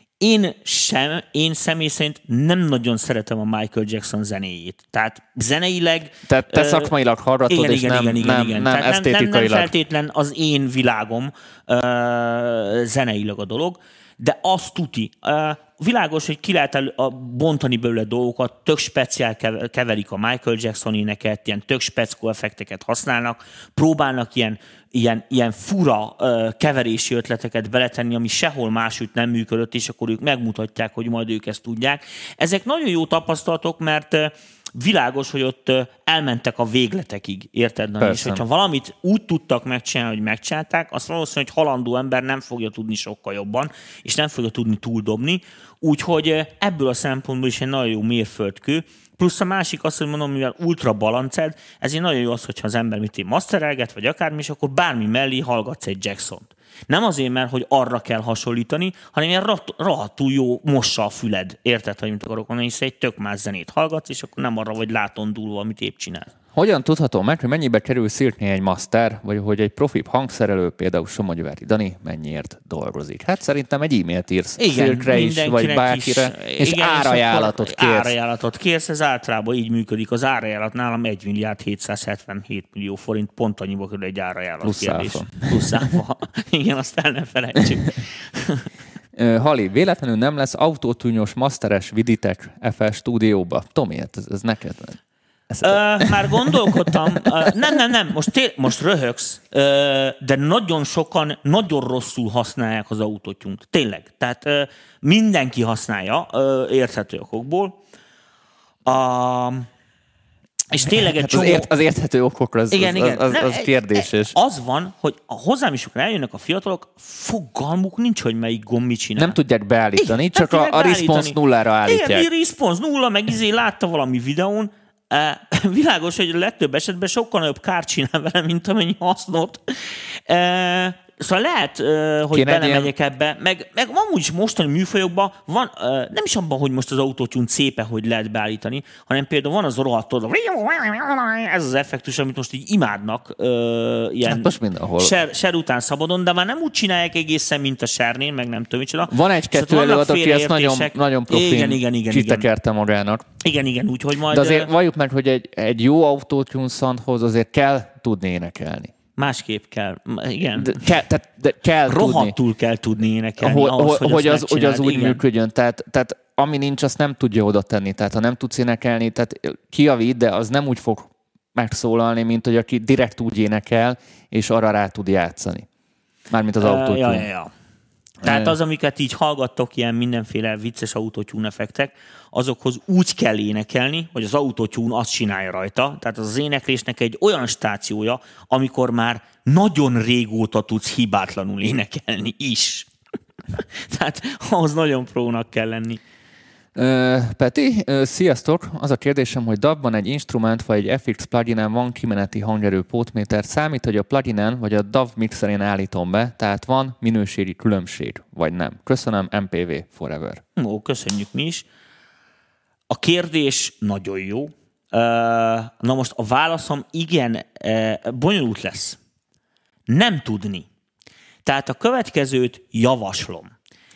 Én személy szerint nem nagyon szeretem a Michael Jackson zenéjét. Tehát zeneileg... Tehát te szakmailag hallgatod, és nem esztétikailag. Nem feltétlen az én világom zeneileg a dolog, de azt tuti. Világos, hogy ki lehet bontani belőle dolgokat, tök speciál keverik a Michael Jackson éneket, ilyen tök speckó effekteket használnak, próbálnak ilyen fura keverési ötleteket beletenni, ami sehol másütt nem működött, és akkor ők megmutatják, hogy majd ők ezt tudják. Ezek nagyon jó tapasztalatok, mert világos, hogy ott elmentek a végletekig, érted? Na, és hogyha valamit úgy tudtak megcsinálni, hogy megcsinálták, azt valószínűleg, hogy halandó ember nem fogja tudni sokkal jobban, és nem fogja tudni túldobni. Úgyhogy ebből a szempontból is egy nagyon jó mérföldkő. Plusz a másik az, hogy mondom, mivel ultra balanced, ezért nagyon jó az, hogyha az ember masterelget, vagy akármi, és akkor bármi mellé hallgatsz egy Jacksont. Nem azért, mert hogy arra kell hasonlítani, hanem ilyen rohadtul jó mossa a füled. Érted, hogy mit akarok mondani, és egy tök más zenét hallgatsz, és akkor nem arra vagy látondulva, amit épp csinál. Hogyan tudható meg, hogy mennyibe kerül szirtni egy master, vagy hogy egy profibb hangszerelő, például Somogyvári Dani, mennyiért dolgozik? Hát szerintem egy e-mailt írsz szirtre is, vagy bárkire, és árajánlatot kérsz. Árajánlatot kérsz, ez általában így működik. Az árajánlat nálam 1 milliárd 777 millió forint, pont annyiba kerül egy árajánlat kérdés. Plusz áfa. Igen, azt el nem felejtsük. Hali, véletlenül nem lesz autótűnyos masteres Viditek FL stúdióba? Tomi, ez neked... Már gondolkodtam, nem, most röhögsz, de nagyon sokan nagyon rosszul használják az autótyúnt. Tényleg. Tehát mindenki használja érthető okokból. És tényleg egy csomó... Az érthető okokra az kérdéses. Az van, hogy hozzám is eljönnek a fiatalok, fogalmuk nincs, hogy melyik gomb mit csinál. Nem tudják beállítani, csak a response nullára állítják. Igen, response nulla, meg látta valami videón. Világos, hogy a legtöbb esetben sokkal nagyobb kárt csinál vele, mint amennyi hasznot. Szóval lehet, hogy belemegyek ebbe, meg amúgy is mostani műfajokban van, nem is abban, hogy most az autótyún szépen, hogy lehet beállítani, hanem például van az rohadtól, ez az effektus, amit most így imádnak ilyen ser után szabadon, de már nem úgy csinálják egészen, mint a sernél, meg nem tudom, micsoda. Van egy-kettő előadó, aki ezt nagyon profin kitekerte magának. Igen, úgyhogy majd... De azért valljuk meg, hogy egy jó autótyún soundhoz azért kell tudni énekelni. Másképp kell. Igen. De kell rohadtul tudni. Kell tudni énekelni. Hogy az úgy működjön. Tehát ami nincs, azt nem tudja oda tenni. Tehát ha nem tudsz énekelni, tehát kijavít, de az nem úgy fog megszólalni, mint hogy aki direkt úgy énekel, és arra rá tud játszani. Mármint az autótyún. Ja. Tehát az, amiket így hallgattok, ilyen mindenféle vicces autotune effektek, azokhoz úgy kell énekelni, hogy az autotune azt csinálja rajta. Tehát az éneklésnek egy olyan stációja, amikor már nagyon régóta tudsz hibátlanul énekelni is. Tehát ahhoz nagyon prónak kell lenni. Peti, sziasztok! Az a kérdésem, hogy DAW-ban egy instrument vagy egy FX pluginen van kimeneti hangerő pótméter. Számít, hogy a pluginen vagy a DAW mixerén állítom be, tehát van minőségi különbség, vagy nem? Köszönöm, MPV Forever. Köszönjük mi is. A kérdés nagyon jó. Na most a válaszom igen, bonyolult lesz. Nem tudni. Tehát a következőt javaslom.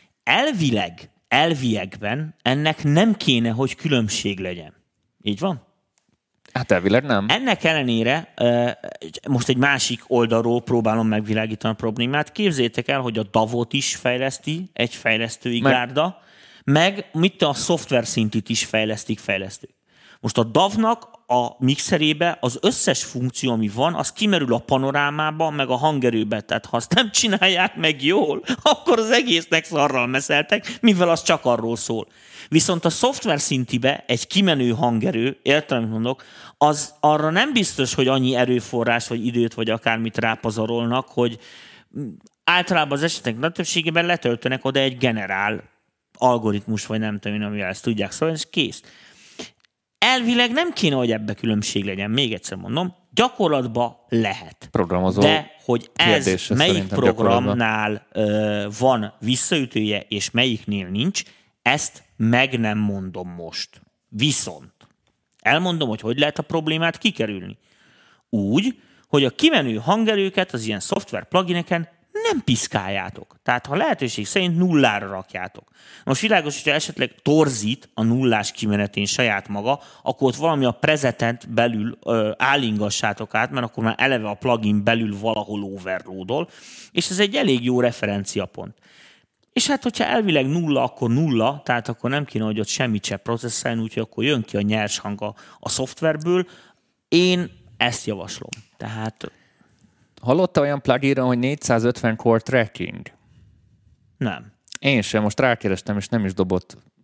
Elviekben ennek nem kéne, hogy különbség legyen. Így van? Hát elvileg nem. Ennek ellenére most egy másik oldalról próbálom megvilágítani a problémát. Képzeljétek el, hogy a DAW-ot is fejleszti egy fejlesztői gárda, meg a szoftver szintit is fejlesztők. Most a DAW-nak a mixerébe az összes funkció, ami van, az kimerül a panorámába, meg a hangerőbe. Tehát ha azt nem csinálják meg jól, akkor az egésznek szarral meszeltek, mivel az csak arról szól. Viszont a szoftver szintibe egy kimenő hangerő, értem, amit mondok, az arra nem biztos, hogy annyi erőforrás, vagy időt, vagy akármit rápazarolnak, hogy általában az esetek nagy többségében letöltenek oda egy generál algoritmus, vagy nem tudom, amivel ezt tudják szólni, és kész. Elvileg nem kéne, hogy ebbe különbség legyen. Még egyszer mondom, gyakorlatban lehet. Programozó. De hogy ez melyik programnál van visszaütője, és melyiknél nincs, ezt meg nem mondom most. Viszont elmondom, hogy lehet a problémát kikerülni. Úgy, hogy a kimenő hangerőket az ilyen szoftver plugineken nem piszkáljátok. Tehát ha lehetőség szerint nullára rakjátok. Most világos, hogyha esetleg torzít a nullás kimenetén saját maga, akkor ott valami a presetet belül állingassátok át, mert akkor már eleve a plugin belül valahol overloadol, és ez egy elég jó referenciapont. És hát, hogyha elvileg nulla, akkor nulla, tehát akkor nem kéne, hogy ott semmit se processzálni, úgyhogy akkor jön ki a nyers hang a szoftverből. Én ezt javaslom. Tehát... Hallotta olyan pluginra, hogy 450 core tracking? Nem. Én sem, most rákerestem, és nem is dobott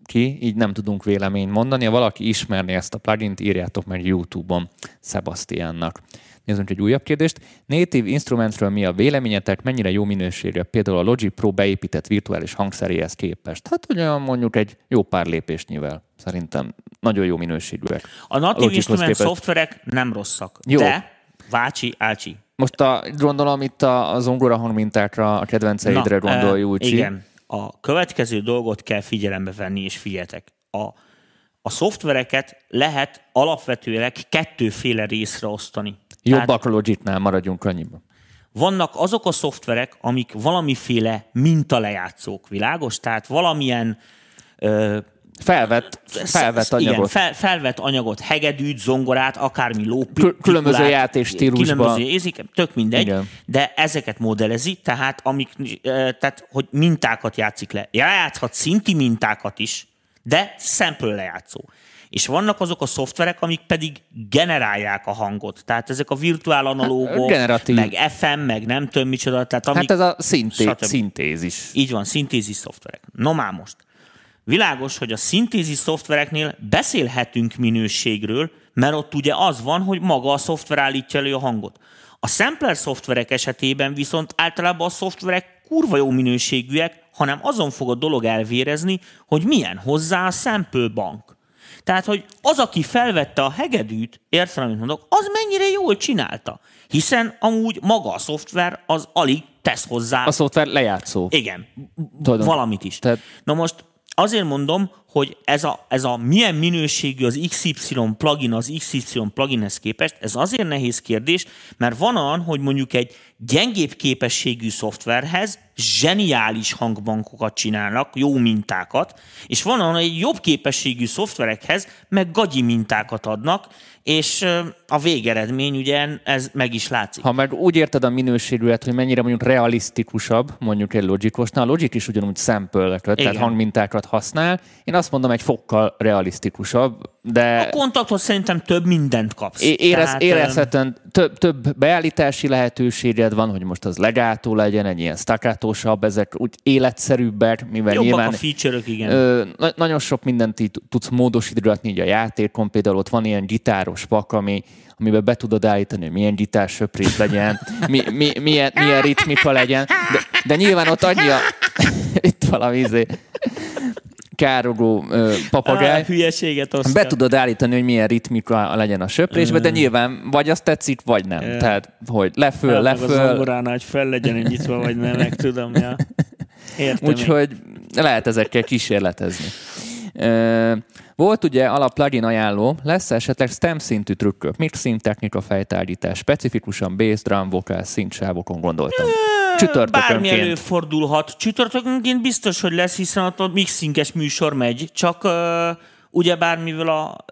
ki, így nem tudunk véleményt mondani. Ha valaki ismerné ezt a plugint, írjátok meg YouTube-on Sebastiannak. Nézzünk egy újabb kérdést. Native Instrumentsről mi a véleményetek, mennyire jó minőségű például a Logic Pro beépített virtuális hangszeréhez képest? Hát olyan mondjuk egy jó pár lépésnyivel. Szerintem nagyon jó minőségűek. A Native Instrument szoftverek nem rosszak, jó. De vácsi, ácsi. Most gondolom itt a zongora hangmintákra, a kedvenceidre gondol, Júlcsi. Igen. A következő dolgot kell figyelembe venni, és figyeljetek. A szoftvereket lehet alapvetően kettőféle részre osztani. Jobbak a Logicnál, maradjunk annyiban. Vannak azok a szoftverek, amik valamiféle mintalejátszók, világos? Tehát valamilyen felvett anyagot. Igen, felvett anyagot, hegedűt, zongorát, akármi különböző játéstílusban. Tök mindegy, igen. De ezeket modellezi, tehát hogy mintákat játszik le. Játszhat szinti mintákat is, de sample lejátszó. És vannak azok a szoftverek, amik pedig generálják a hangot. Tehát ezek a virtuál analógok, meg FM, meg nem tudom micsoda. Tehát amik, ez a szintézis. Így van, szintézis szoftverek. No már most. Világos, hogy a szintézis szoftvereknél beszélhetünk minőségről, mert ott ugye az van, hogy maga a szoftver állítja elő a hangot. A sampler szoftverek esetében viszont általában a szoftverek kurva jó minőségűek, hanem azon fog a dolog elvérezni, hogy milyen hozzá a sample bank. Tehát, hogy az, aki felvette a hegedűt, értem, amit mondok, az mennyire jól csinálta. Hiszen amúgy maga a szoftver az alig tesz hozzá. A szoftver lejátszó. Igen, valamit is. Na most azért mondom, hogy ez a milyen minőségű az XY plugin az XY pluginhez képest, ez azért nehéz kérdés, mert van olyan, hogy mondjuk egy gyengébb képességű szoftverhez zseniális hangbankokat csinálnak, jó mintákat, és van olyan, hogy egy jobb képességű szoftverekhez meg gagyi mintákat adnak, és a végeredmény ugye ez meg is látszik. Ha meg úgy érted a minőségűet, hogy mennyire mondjuk realisztikusabb, mondjuk egy Logicosnál, a Logic is ugyanúgy sample-eket, tehát hangmintákat használ. Én azt mondom, egy fokkal realisztikusabb, de... A kontakthoz szerintem több mindent kapsz. Érezhetően több beállítási lehetőséged van, hogy most az legátó legyen, egy ilyen staccatósabb, ezek úgy életszerűbbek, mivel jobbak nyilván... a feature-ök, igen. Nagyon sok mindent így tudsz módosítgatni így a játékon, például ott van ilyen gitáros pak, amiben be tudod állítani, hogy milyen gitársöprés legyen, milyen ritmika legyen, de nyilván ott annyi a... Itt valami károgó papagáj. Hülyeséget osztja. Be tudod állítani, hogy milyen ritmika legyen a söprésbe, de nyilván vagy azt tetszik, vagy nem. Tehát, hogy leföl. Az zongoránál, hogy fel legyen nyitva, vagy nem, meg tudom. Ja. Értem. Úgyhogy lehet ezekkel kísérletezni. Volt ugye alap-plugin ajánló, lesz esetleg stem szintű trükkök, mixing technika fejtállítás, specifikusan bass, drum, vokál, szintsávokon gondoltam. Bármi előfordulhat. Csütörtökönként biztos, hogy lesz, hiszen ott a mixinges műsor megy, csak ugye bármivel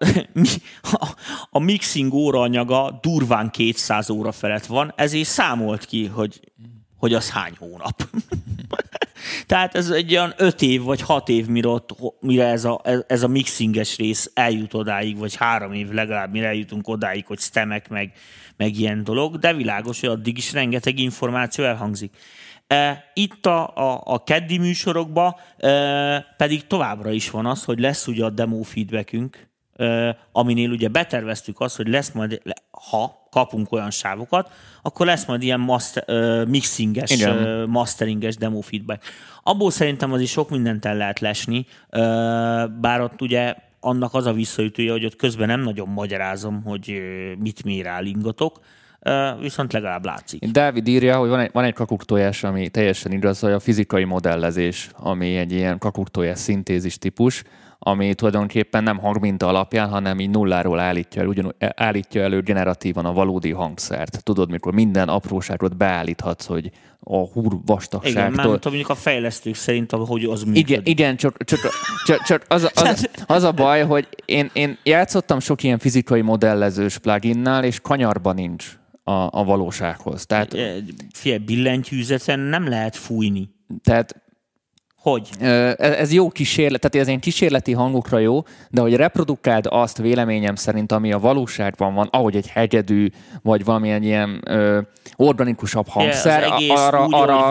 a mixing óraanyaga durván 200 óra felett van, ezért számolt ki, hogy az hány hónap. Tehát ez egy olyan 5 év vagy 6 év, mire ez a mixinges rész eljut odáig, vagy 3 év legalább, mire eljutunk odáig, hogy stemek meg ilyen dolog, de világos, hogy addig is rengeteg információ elhangzik. Itt a keddi műsorokban pedig továbbra is van az, hogy lesz ugye a demo feedbackünk, aminél ugye beterveztük azt, hogy lesz majd, ha kapunk olyan sávokat, akkor lesz majd ilyen mixinges, masteringes demo feedback. Abból szerintem azért sok mindent el lehet lesni, bár ott ugye annak az a visszaütője, hogy ott közben nem nagyon magyarázom, hogy mit miért állingatok, viszont legalább látszik. Dávid írja, hogy van egy kakuktojás, ami teljesen igaz, hogy a fizikai modellezés, ami egy ilyen kakuktojás szintézis típus, ami tulajdonképpen nem hangminta alapján, hanem így nulláról állítja elő generatívan a valódi hangszert. Tudod, mikor minden apróságot beállíthatsz, hogy a húr vastagságtól... Igen, már mondjuk a fejlesztők szerint, hogy az működik. Igen, csak az a baj, hogy én játszottam sok ilyen fizikai modellezős pluginnál, és kanyarban nincs a valósághoz. Tehát, figyelj, billentyűzeten nem lehet fújni. Tehát hogy? Ez jó kísérlet, tehát ez ilyen kísérleti hangokra jó, de hogy reprodukáld azt véleményem szerint, ami a valóságban van, ahogy egy hegedű, vagy valamilyen ilyen organikusabb hangszer, arra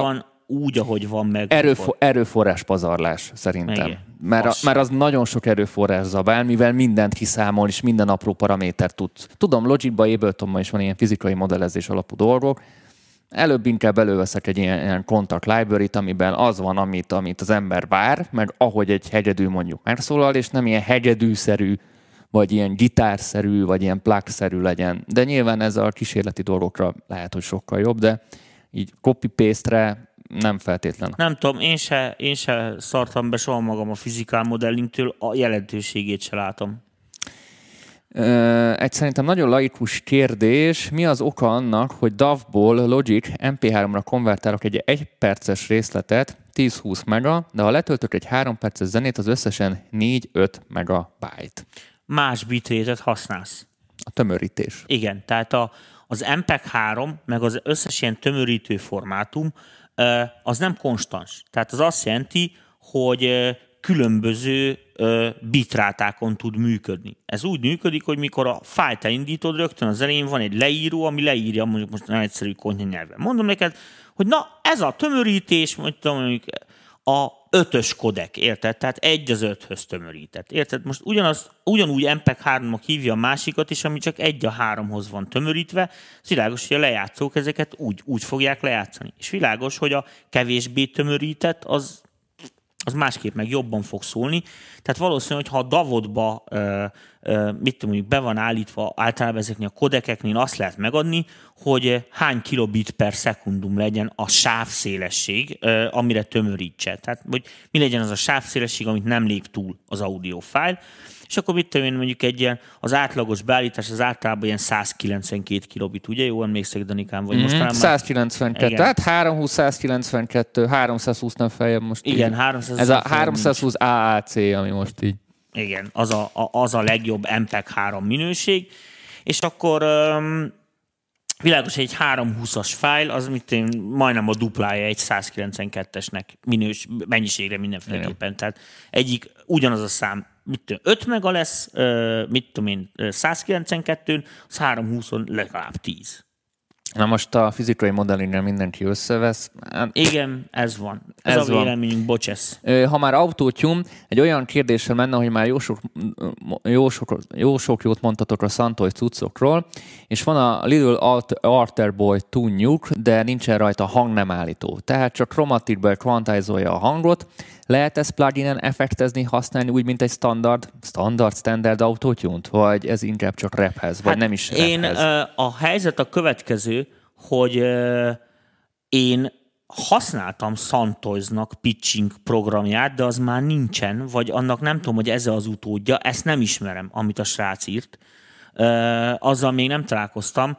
úgy, ahogy van meg. Erőforrás pazarlás szerintem. Mert az nagyon sok erőforrás zabál, mivel mindent kiszámol, és minden apró paramétert tud. Tudom, Logicban, Abletonban is van ilyen fizikai modellezés alapú dolgok. Előbb inkább előveszek egy ilyen contact library-t, amiben az van, amit az ember vár, meg ahogy egy hegyedű mondjuk megszólal, és nem ilyen hegyedűszerű, vagy ilyen gitárszerű, vagy ilyen plug-szerű legyen. De nyilván ez a kísérleti dolgokra lehet, hogy sokkal jobb, de így copy-paste-re nem feltétlen. Nem tudom, én se szartam be soha magam a physical modellingtől, a jelentőségét se látom. Egy szerintem nagyon laikus kérdés. Mi az oka annak, hogy DAW-ból Logic MP3-ra konvertálok egy 1 perces részletet, 10-20 mega, de ha letöltök egy 3 perces zenét, az összesen 4-5 megabyte. Más bitrétet használsz. A tömörítés. Igen, tehát az MPEG-3, meg az összes ilyen tömörítő formátum, az nem konstans. Tehát az azt jelenti, hogy különböző bitrátákon tud működni. Ez úgy működik, hogy mikor a fájlt elindítod, rögtön az elején van egy leíró, ami leírja, mondjuk most nem egyszerű konyha nyelven. Mondom neked, hogy na, ez a tömörítés, mondjuk a 5-ös kodek, érted? Tehát 1 az 5-höz tömörített, érted? Most ugyanúgy MPEG-3-nak hívja a másikat is, ami csak 1 a 3-hoz van tömörítve. Ez világos, hogy a lejátszók ezeket úgy fogják lejátszani. És világos, hogy a kevésbé tömörített, az másképp meg jobban fog szólni. Tehát valószínű, hogy ha a DAV-odba mondjuk be van állítva általában ezeknél a kodekeknél azt lehet megadni, hogy hány kilobit per szekundum legyen a sávszélesség, amire tömörítse. Tehát, hogy mi legyen az a sávszélesség, amit nem lép túl az audiofájl. És akkor mondjuk egy ilyen, az átlagos beállítás az általában ilyen 192 kilobit, ugye? Jól emlékszek, Danikám? Vagy mostanában 192, igen. Tehát 320, 192, 320 nem feljebb most. Igen, 320. Ez a 320 AAC, ami most így. Igen, az a legjobb MPEG-3 minőség. És akkor világos, hogy egy 320-as fájl, az majdnem a duplája egy 192-esnek mennyiségre mindenféleképpen. Tehát egyik ugyanaz a szám, 5 mega lesz, 192-n, az 320-on legalább 10. Na most a fizikai modellingnél mindenki összevesz. Igen, ez van. Ez a véleményünk, bocsesz. Ha már Auto-Tune, egy olyan kérdéssel menne, hogy már jó sok jót mondtatok a Santoy cuccokról, és van a Little Alter Boy Tune-juk, de nincsen rajta hangnemállító. Tehát csak chromaticből kvantizolja a hangot. Lehet ezt pluginen effektezni, használni úgy, mint egy standard Auto-Tune-t? Vagy ez inkább csak raphez, vagy nem is raphez? A helyzet a következő, hogy én használtam Santoynak pitching programját, de az már nincsen, vagy annak nem tudom, hogy ez az utódja, ezt nem ismerem, amit a srác írt. Azzal még nem találkoztam.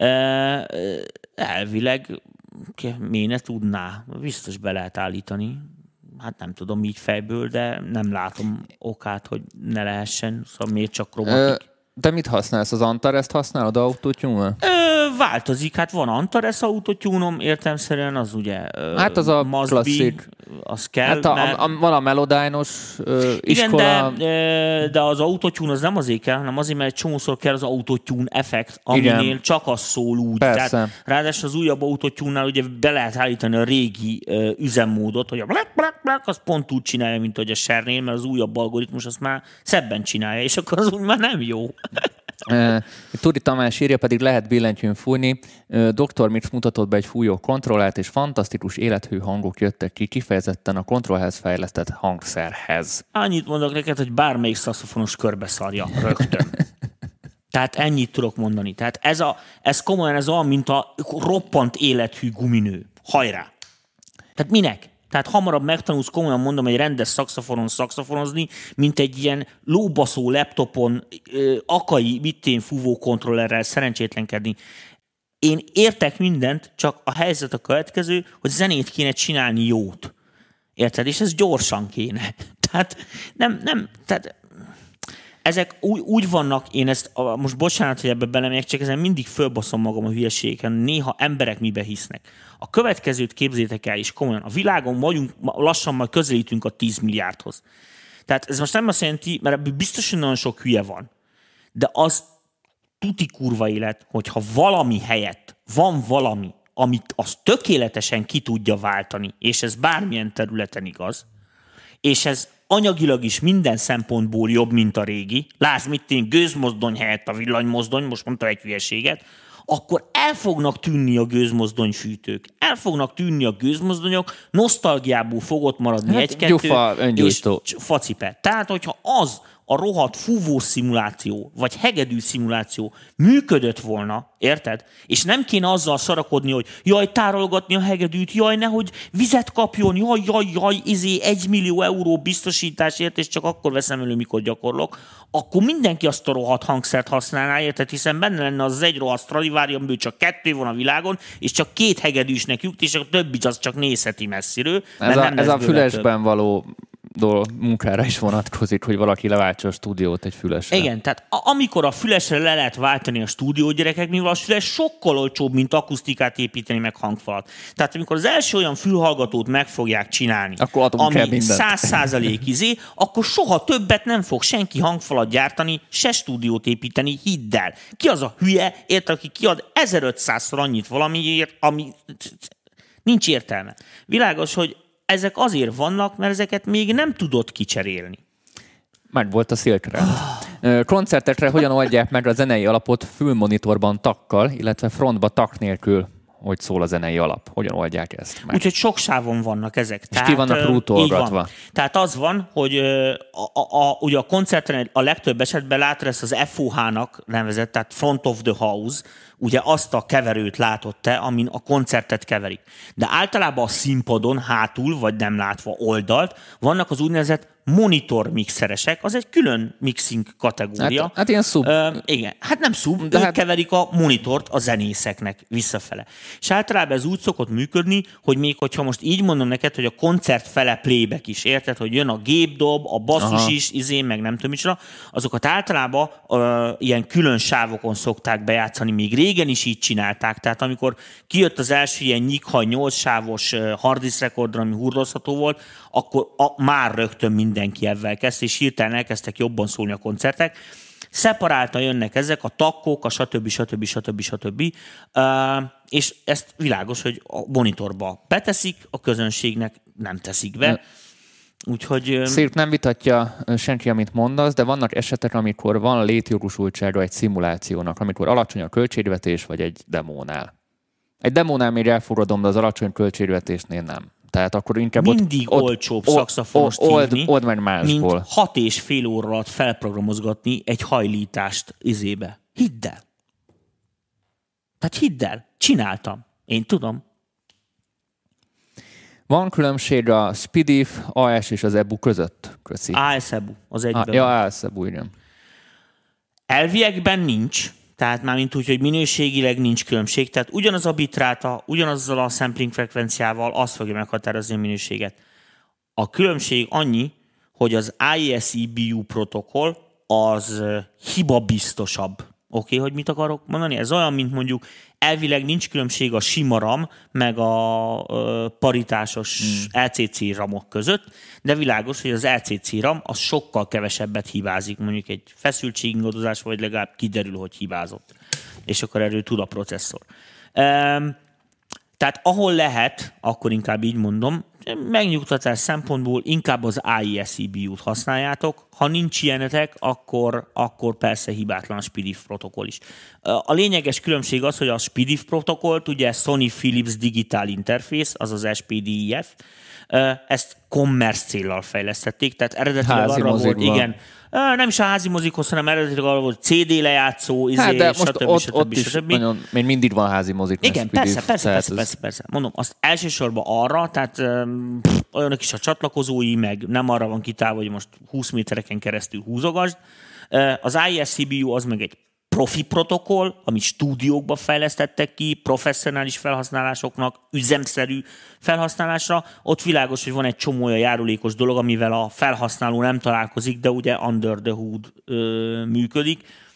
Elvileg miért ne tudná? Biztos be lehet állítani. Hát nem tudom így fejből, de nem látom okát, hogy ne lehessen. Szóval miért csak kromatik? De mit használsz? Az Antares-t használod Auto-Tune-nal? Változik. Hát van Antares Auto-Tune-om, értelemszerűen az ugye hát az a klasszik. Az kell. Hát van a Melodyne-os iskola. Igen, de az Auto-Tune az nem azért kell, hanem azért, mert egy csomószor kell az Auto-Tune effekt, aminél igen, csak az szól úgy. Persze. Tehát, ráadásul az újabb Auto-Tune-nál ugye be lehet állítani a régi üzemmódot, hogy a black, az pont úgy csinálja, mint hogy a Shernél, mert az újabb algoritmus azt már szebben csinálja, és akkor az úgy már nem jó. Turi Tamás írja, pedig lehet billentyűn fújni. Dr. Mix mutatott be egy fújó kontrollát, és fantasztikus élethű hangok jöttek ki, kifejezetten a kontrollhez fejlesztett hangszerhez. Annyit mondok neked, hogy bármelyik szaxofonos körbeszarja rögtön. Tehát ennyit tudok mondani. Tehát ez komolyan ez olyan, mint a roppant élethű guminő. Hajrá! Tehát minek? Tehát hamarabb megtanulsz, komolyan mondom, egy rendes szaxofonon szaxofonozni, mint egy ilyen lóbaszó laptopon, akai, mittén fúvó kontrollerrel szerencsétlenkedni. Én értek mindent, csak a helyzet a következő, hogy zenét kéne csinálni jót. Érted? És ez gyorsan kéne. Tehát tehát ezek úgy vannak, én ezt, most bocsánat, hogy ebbe belemegyek, csak ezen mindig fölbaszom magam a hülyeségeken, néha emberek mibe hisznek. A következőt képzétek el, és komolyan, a világon vagyunk, lassan majd közelítünk a 10 milliárdhoz. Tehát ez most nem azt jelenti, mert ebből biztos, hogy nagyon sok hülye van, de az tuti kurva élet, hogyha valami helyett van valami, amit az tökéletesen ki tudja váltani, és ez bármilyen területen igaz, és ez anyagilag is minden szempontból jobb, mint a régi, lásd, mit gőzmozdony helyett a villanymozdony, most mondtam egy hülyeséget, akkor el fognak tűnni a gőzmozdonyfűtők, el fognak tűnni a gőzmozdonyok, nosztalgiából fog ott maradni egy-kettő, és facipe. Tehát, hogyha az a rohadt fúvós szimuláció, vagy hegedű szimuláció működött volna, érted? És nem kéne azzal szarakodni, hogy jaj, tárolgatni a hegedűt, jaj, nehogy vizet kapjon, jaj, 1 millió euró biztosításért, és csak akkor veszem elő, mikor gyakorlok, akkor mindenki azt a rohadt hangszert használná, érted? Hiszen benne lenne az egy rohadt Stradivarius, amiből csak 2 van a világon, és csak 2 hegedűsnek jut, és a többi az csak nézheti messziről. Ez a fülesben való munkára is vonatkozik, hogy valaki leváltsa a stúdiót egy fülesre. Igen, tehát amikor a fülesre le lehet váltani a stúdiót, gyerekek, mivel a füles sokkal olcsóbb, mint akusztikát építeni, meg hangfalat. Tehát amikor az első olyan fülhallgatót meg fogják csinálni, ami 100% akkor soha többet nem fog senki hangfalat gyártani, se stúdiót építeni, hidd el. Ki az a hülye, érted, aki kiad 1500-szor annyit valamiért, ami nincs értelme. Világos, hogy ezek azért vannak, mert ezeket még nem tudod kicserélni. Meg volt a Silk-re. Koncertekre hogyan oldják meg a zenei alapot fülmonitorban takkal, illetve frontba tak nélkül, hogy szól a zenei alap? Hogyan oldják ezt meg? Úgyhogy sok sávon vannak ezek. És ki vannak rútolgatva. Tehát az van, hogy ugye a koncerten a legtöbb esetben látod ezt az FOH-nak nevezett, tehát Front of the House, ugye azt a keverőt látod te, amin a koncertet keverik. De általában a színpadon hátul, vagy nem látva oldalt, vannak az úgynevezett monitor mixeresek, az egy külön mixing kategória. Hát ilyen szub. Igen, hát nem szub, de ők keverik a monitort a zenészeknek visszafele. És általában ez úgy szokott működni, hogy még hogyha most így mondom neked, hogy a koncert fele playback is, érted, hogy jön a gépdob, a basszus is, meg nem tudom micsoda, azokat általában ilyen külön sávokon szokták bejátszani, még régen is így csinálták, tehát amikor kijött az első ilyen nyikhaj 8 sávos harddisk rekordra, ami hurdozható volt, akkor már rögtön mindenki ebben kezdte, és hirtelen elkezdtek jobban szólni a koncertek. Szeparáltan jönnek ezek, a takkok, a stb. És ezt világos, hogy a monitorba beteszik, a közönségnek nem teszik be. Úgyhogy... Szép nem vitatja senki, amit mondasz, de vannak esetek, amikor van létjogosultsága egy szimulációnak, amikor alacsony a költségvetés, vagy egy demónál. Egy demónál még elfogadom, de az alacsony költségvetésnél nem. Tehát akkor inkább mindig olcsóbb szaxofonost hívni, old meg másból. Mint 6,5 óra alatt felprogramozgatni egy hajlítást izébe. Hidd el. Tehát hidd el. Csináltam. Én tudom. Van különbség a SPDIF, AS és az EBU között? Köszi. AS-EBU. Az egyben. AS-EBU, igen. Elviekben nincs. Tehát már mint úgy, hogy minőségileg nincs különbség. Tehát ugyanaz a bitráta, ugyanazzal a sampling frekvenciával azt fogja meghatározni a minőséget. A különbség annyi, hogy az AES-EBU protokoll az hibabiztosabb. Oké, hogy mit akarok mondani? Ez olyan, mint mondjuk elvileg nincs különbség a sima RAM meg a paritásos LCC RAM-ok között, de világos, hogy az LCC RAM az sokkal kevesebbet hibázik, mondjuk egy feszültségingadozás, vagy legalább kiderül, hogy hibázott. És akkor erről tud a processzor. Tehát ahol lehet, akkor inkább így mondom, megnyugtatás szempontból inkább az AES-EBU-t használjátok. Ha nincs ilyenetek, akkor persze hibátlan a SPDIF protokoll is. A lényeges különbség az, hogy a SPDIF protokollt, ugye Sony Philips Digital Interface, azaz SPDIF, ezt commerce céllal fejlesztették, tehát eredetileg arra volt, igen, nem is a házi mozikhoz, hanem eredetileg arra volt CD lejátszó, de most ott is nagyon, még mindig van házi mozik. Igen, persze. Mondom, azt elsősorban arra, tehát olyanok is a csatlakozói, meg nem arra van kitálva, hogy most 20 métereken keresztül húzogasd. Az AES-EBU az meg egy profi protokoll, amit stúdiókba fejlesztettek ki, professzionális felhasználásoknak, üzemszerű felhasználásra. Ott világos, hogy van egy csomó olyan járulékos dolog, amivel a felhasználó nem találkozik, de ugye under the hood működik.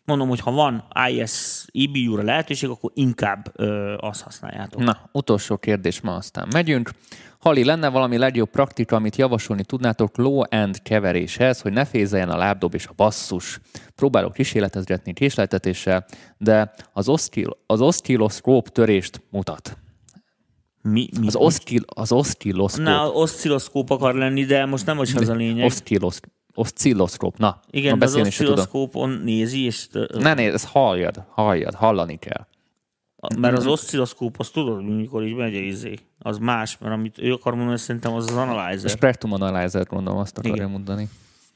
mondom, hogy ha van iOS EBU-ra lehetőség, akkor inkább azt használjátok. Na, utolsó kérdés ma, aztán megyünk. Hali, lenne valami legjobb praktika, amit javasolni tudnátok low-end keveréshez, hogy ne fézeljen a lábdob és a basszus? Próbálok kísérletezgetni késleltetéssel, de az oszcilloszkóp törést mutat. Mi? Az oszcilloszkóp. Na, oszcilloszkóp akar lenni, de most nem az a lényeg. Oszcilloszkóp, na. Igen, de az oszcilloszkópon nézi, és... Ne nézd, ezt halljad, hallani kell. Mert az oszcilloszkóp, azt tudod, mikor így megy az más, mert amit ő akar mondani, szerintem az analyzer. A spektrum analyzer, gondolom, azt akarja mondani.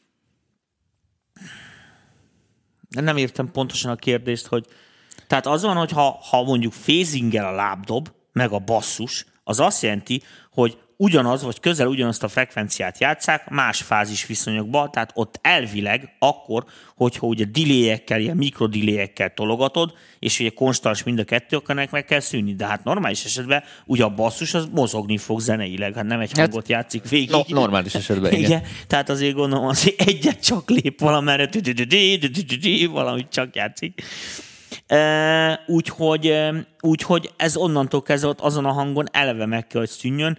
Nem értem pontosan a kérdést, hogy... Tehát az van, hogy ha mondjuk phasing-el a lábdob, meg a basszus, az azt jelenti, hogy ugyanaz, vagy közel ugyanazt a frekvenciát játsszák más fázis viszonyokban, tehát ott elvileg akkor, hogyha ugye delay-ekkel, ilyen mikrodelay-ekkel tologatod, és ugye konstans mind a kettő, akkor meg kell szűnni. De hát normális esetben ugye a basszus az mozogni fog zeneileg, hát nem egy hangot játszik végig. Normális esetben, igen. Tehát azért gondolom, azért egyet csak lép valamerre, valamit csak játszik. Úgyhogy ez onnantól kezdve ott azon a hangon eleve meg kell, hogy szűnjön.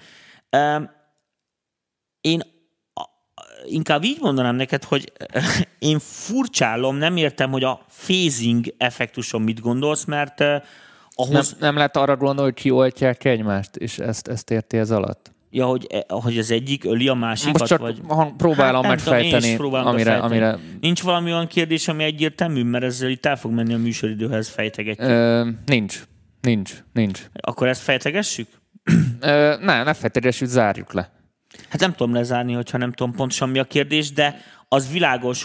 Én inkább így mondanám neked, hogy én furcsálom, nem értem, hogy a phasing effektuson mit gondolsz, mert ahhoz... Nem lehet arra gondolni, hogy kioltják egymást, és ezt érti ez alatt? Ja, hogy az egyik öli a másikat? Most csak vagy... próbálom megfejteni, amire... Nincs valami olyan kérdés, ami egyértelmű, mert ezzel itt el fog menni a műsoridőhez, fejtegetjük. Nincs. Akkor ezt fejtegessük? Ne fejtegessük, zárjuk le. Hát nem tudom lezárni, hogyha nem tudom pontosan mi a kérdés, de az világos,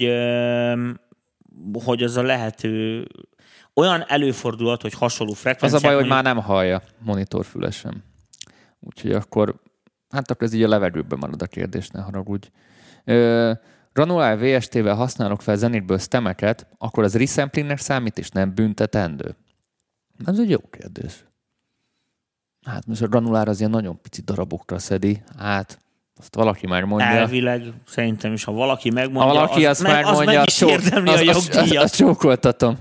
hogy az a lehető... Olyan előfordulhat, hogy hasonló frekvenciák... Az a baj, hogy már nem hallja monitorfülesen. Úgyhogy akkor ez így a levegőben marad a kérdés, ne haragudj. Granulár VST-vel használok fel zenitből stemeket, akkor az resamplingnek számít, és nem büntetendő? Ez egy jó kérdés. Hát most a granulár az ilyen nagyon pici darabokra szedi. Hát, azt valaki már mondja. Elvileg, szerintem is, ha valaki megmondja, ha valaki azt megmondja, az meg is érdemli a jogdíjat. Azt csókoltatom.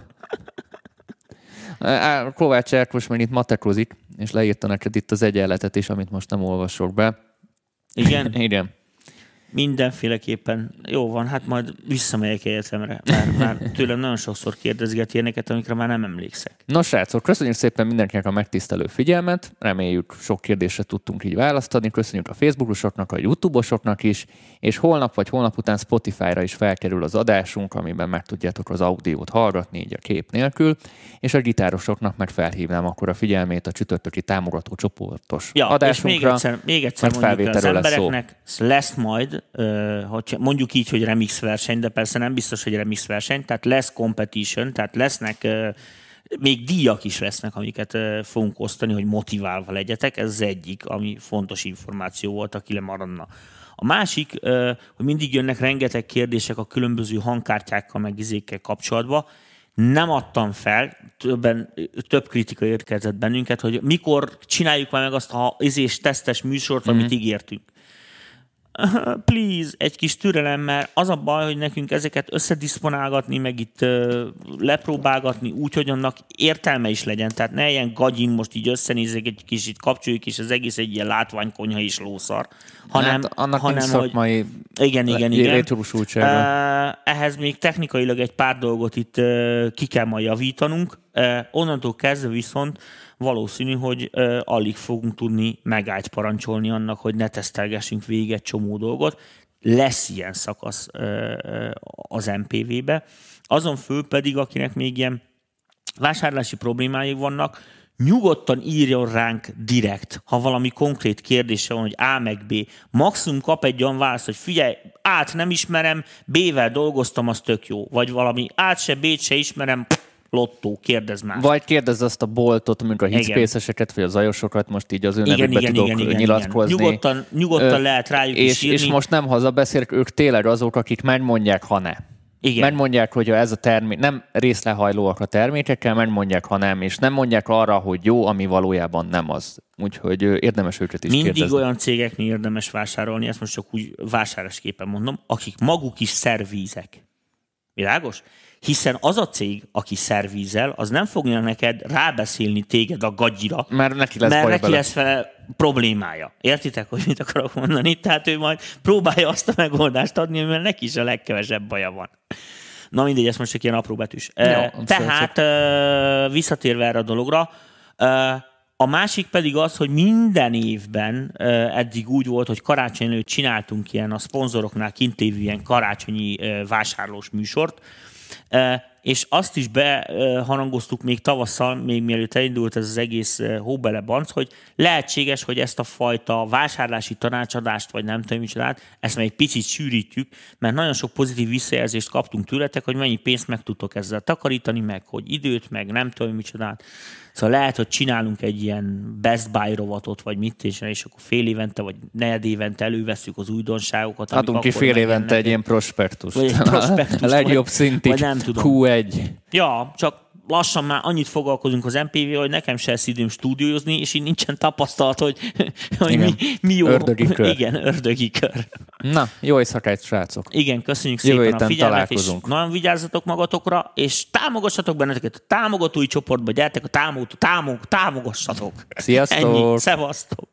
Kovács Erkos meg itt matekozik, és leírta neked itt az egyenletet is, amit most nem olvasok be. Igen? Igen. Mindenféleképpen jó van, hát majd visszamegyek egyetemre, mert tőlem nagyon sokszor kérdezget ilyeneket, amikre már nem emlékszek. Nos, srácok, köszönjük szépen mindenkinek a megtisztelő figyelmet, reméljük sok kérdésre tudtunk így választani, köszönjük a Facebookosoknak, a YouTube-osoknak is, és holnap vagy holnap után Spotify-ra is felkerül az adásunk, amiben meg tudjátok az audiót hallgatni, így a kép nélkül, és a gitárosoknak meg felhívnám akkor a figyelmét a csütörtöki támogató csoportos adásunkra. És még egyszer mondjuk az embereknek, lesz majd, hogy mondjuk így, hogy remix verseny, de persze nem biztos, hogy remix verseny, tehát lesz competition, tehát lesznek, még díjak is lesznek, amiket fogunk osztani, hogy motiválva legyetek, ez az egyik, ami fontos információ volt, aki lemaradna. A másik, hogy mindig jönnek rengeteg kérdések a különböző hangkártyákkal, meg izékkel kapcsolatban, nem adtam fel, több kritika érkezett bennünket, hogy mikor csináljuk már meg azt a tesztes műsort, amit ígértünk. Please, egy kis türelem, mert az a baj, hogy nekünk ezeket összedisponálgatni, meg itt lepróbálgatni úgy, hogy annak értelme is legyen. Tehát ne ilyen gagyin most így összenézzek egy kicsit, kapcsoljuk, és az egész egy ilyen látványkonyha és lószar. Annak nincs szakmai igen. Ehhez még technikailag egy pár dolgot itt ki kell majd javítanunk. Onnantól kezdve viszont valószínű, hogy alig fogunk tudni megállt parancsolni annak, hogy ne tesztelgessünk végig egy csomó dolgot. Lesz ilyen szakasz az MPV-be. Azon föl pedig, akinek még ilyen vásárlási problémái vannak, nyugodtan írjon ránk direkt, ha valami konkrét kérdése van, hogy A meg B. Maximum kap egy olyan választ, hogy figyelj, A-t nem ismerem, B-vel dolgoztam, az tök jó. Vagy valami A-t se, B-t se ismerem, lottó, kérdezz már. Vagy kérdezz azt a boltot, mondjuk a hitspace-eseket, vagy a zajosokat, most így az ő nevükbe tudok nyilatkozni. Nyugodtan lehet rájuk is írni. És most nem hazabeszélek, ők tényleg azok, akik megmondják, ha ne. Igen. Megmondják, hogy ez a termék, nem részlehajlóak a termékekkel, megmondják, ha nem, és nem mondják arra, hogy jó, ami valójában nem az. Úgyhogy érdemes őket is mindig kérdezni. Olyan cégeknél érdemes vásárolni, ezt most csak úgy vásárlásképpen mondom, akik maguk is szervízek. Világos? Hiszen az a cég, aki szervízel, az nem fogja neked rábeszélni téged a gagyira, mert neki lesz vele problémája. Értitek, hogy mit akarok mondani? Tehát ő majd próbálja azt a megoldást adni, amivel neki is a legkevesebb baja van. Na mindegy, ez most csak ilyen apró betűs. Tehát visszatérve erre a dologra, a másik pedig az, hogy minden évben eddig úgy volt, hogy karácsony előtt csináltunk ilyen a szponzoroknál kint lévő ilyen karácsonyi vásárlós műsort, és azt is beharangoztuk még tavasszal, még mielőtt elindult ez az egész hóbelebanc, hogy lehetséges, hogy ezt a fajta vásárlási tanácsadást, vagy nem tudom micsodát, ezt meg egy picit sűrítjük, mert nagyon sok pozitív visszajelzést kaptunk tőletek, hogy mennyi pénzt meg tudtok ezzel takarítani, meg hogy időt, meg nem tudom micsodát. Szóval lehet, hogy csinálunk egy ilyen Best Buy rovatot, vagy mit, és akkor fél évente, vagy negyed évente elővesszük az újdonságokat. Adunk ki fél évente egy ilyen prospektust. A legjobb szintig Q1. Ja, csak lassan már annyit foglalkozunk az MPV-vel, hogy nekem se lesz időm stúdiózni, és így nincsen tapasztalat, hogy mi jó. Ördögi kör. Igen, ördögi kör. Na, jó éjszakát, srácok. Igen, köszönjük szépen a figyelmet, és nagyon vigyázzatok magatokra, és támogassatok benneteket a támogatói csoportba, gyertek a támogassatok. Sziasztok! Ennyi, szevasztok!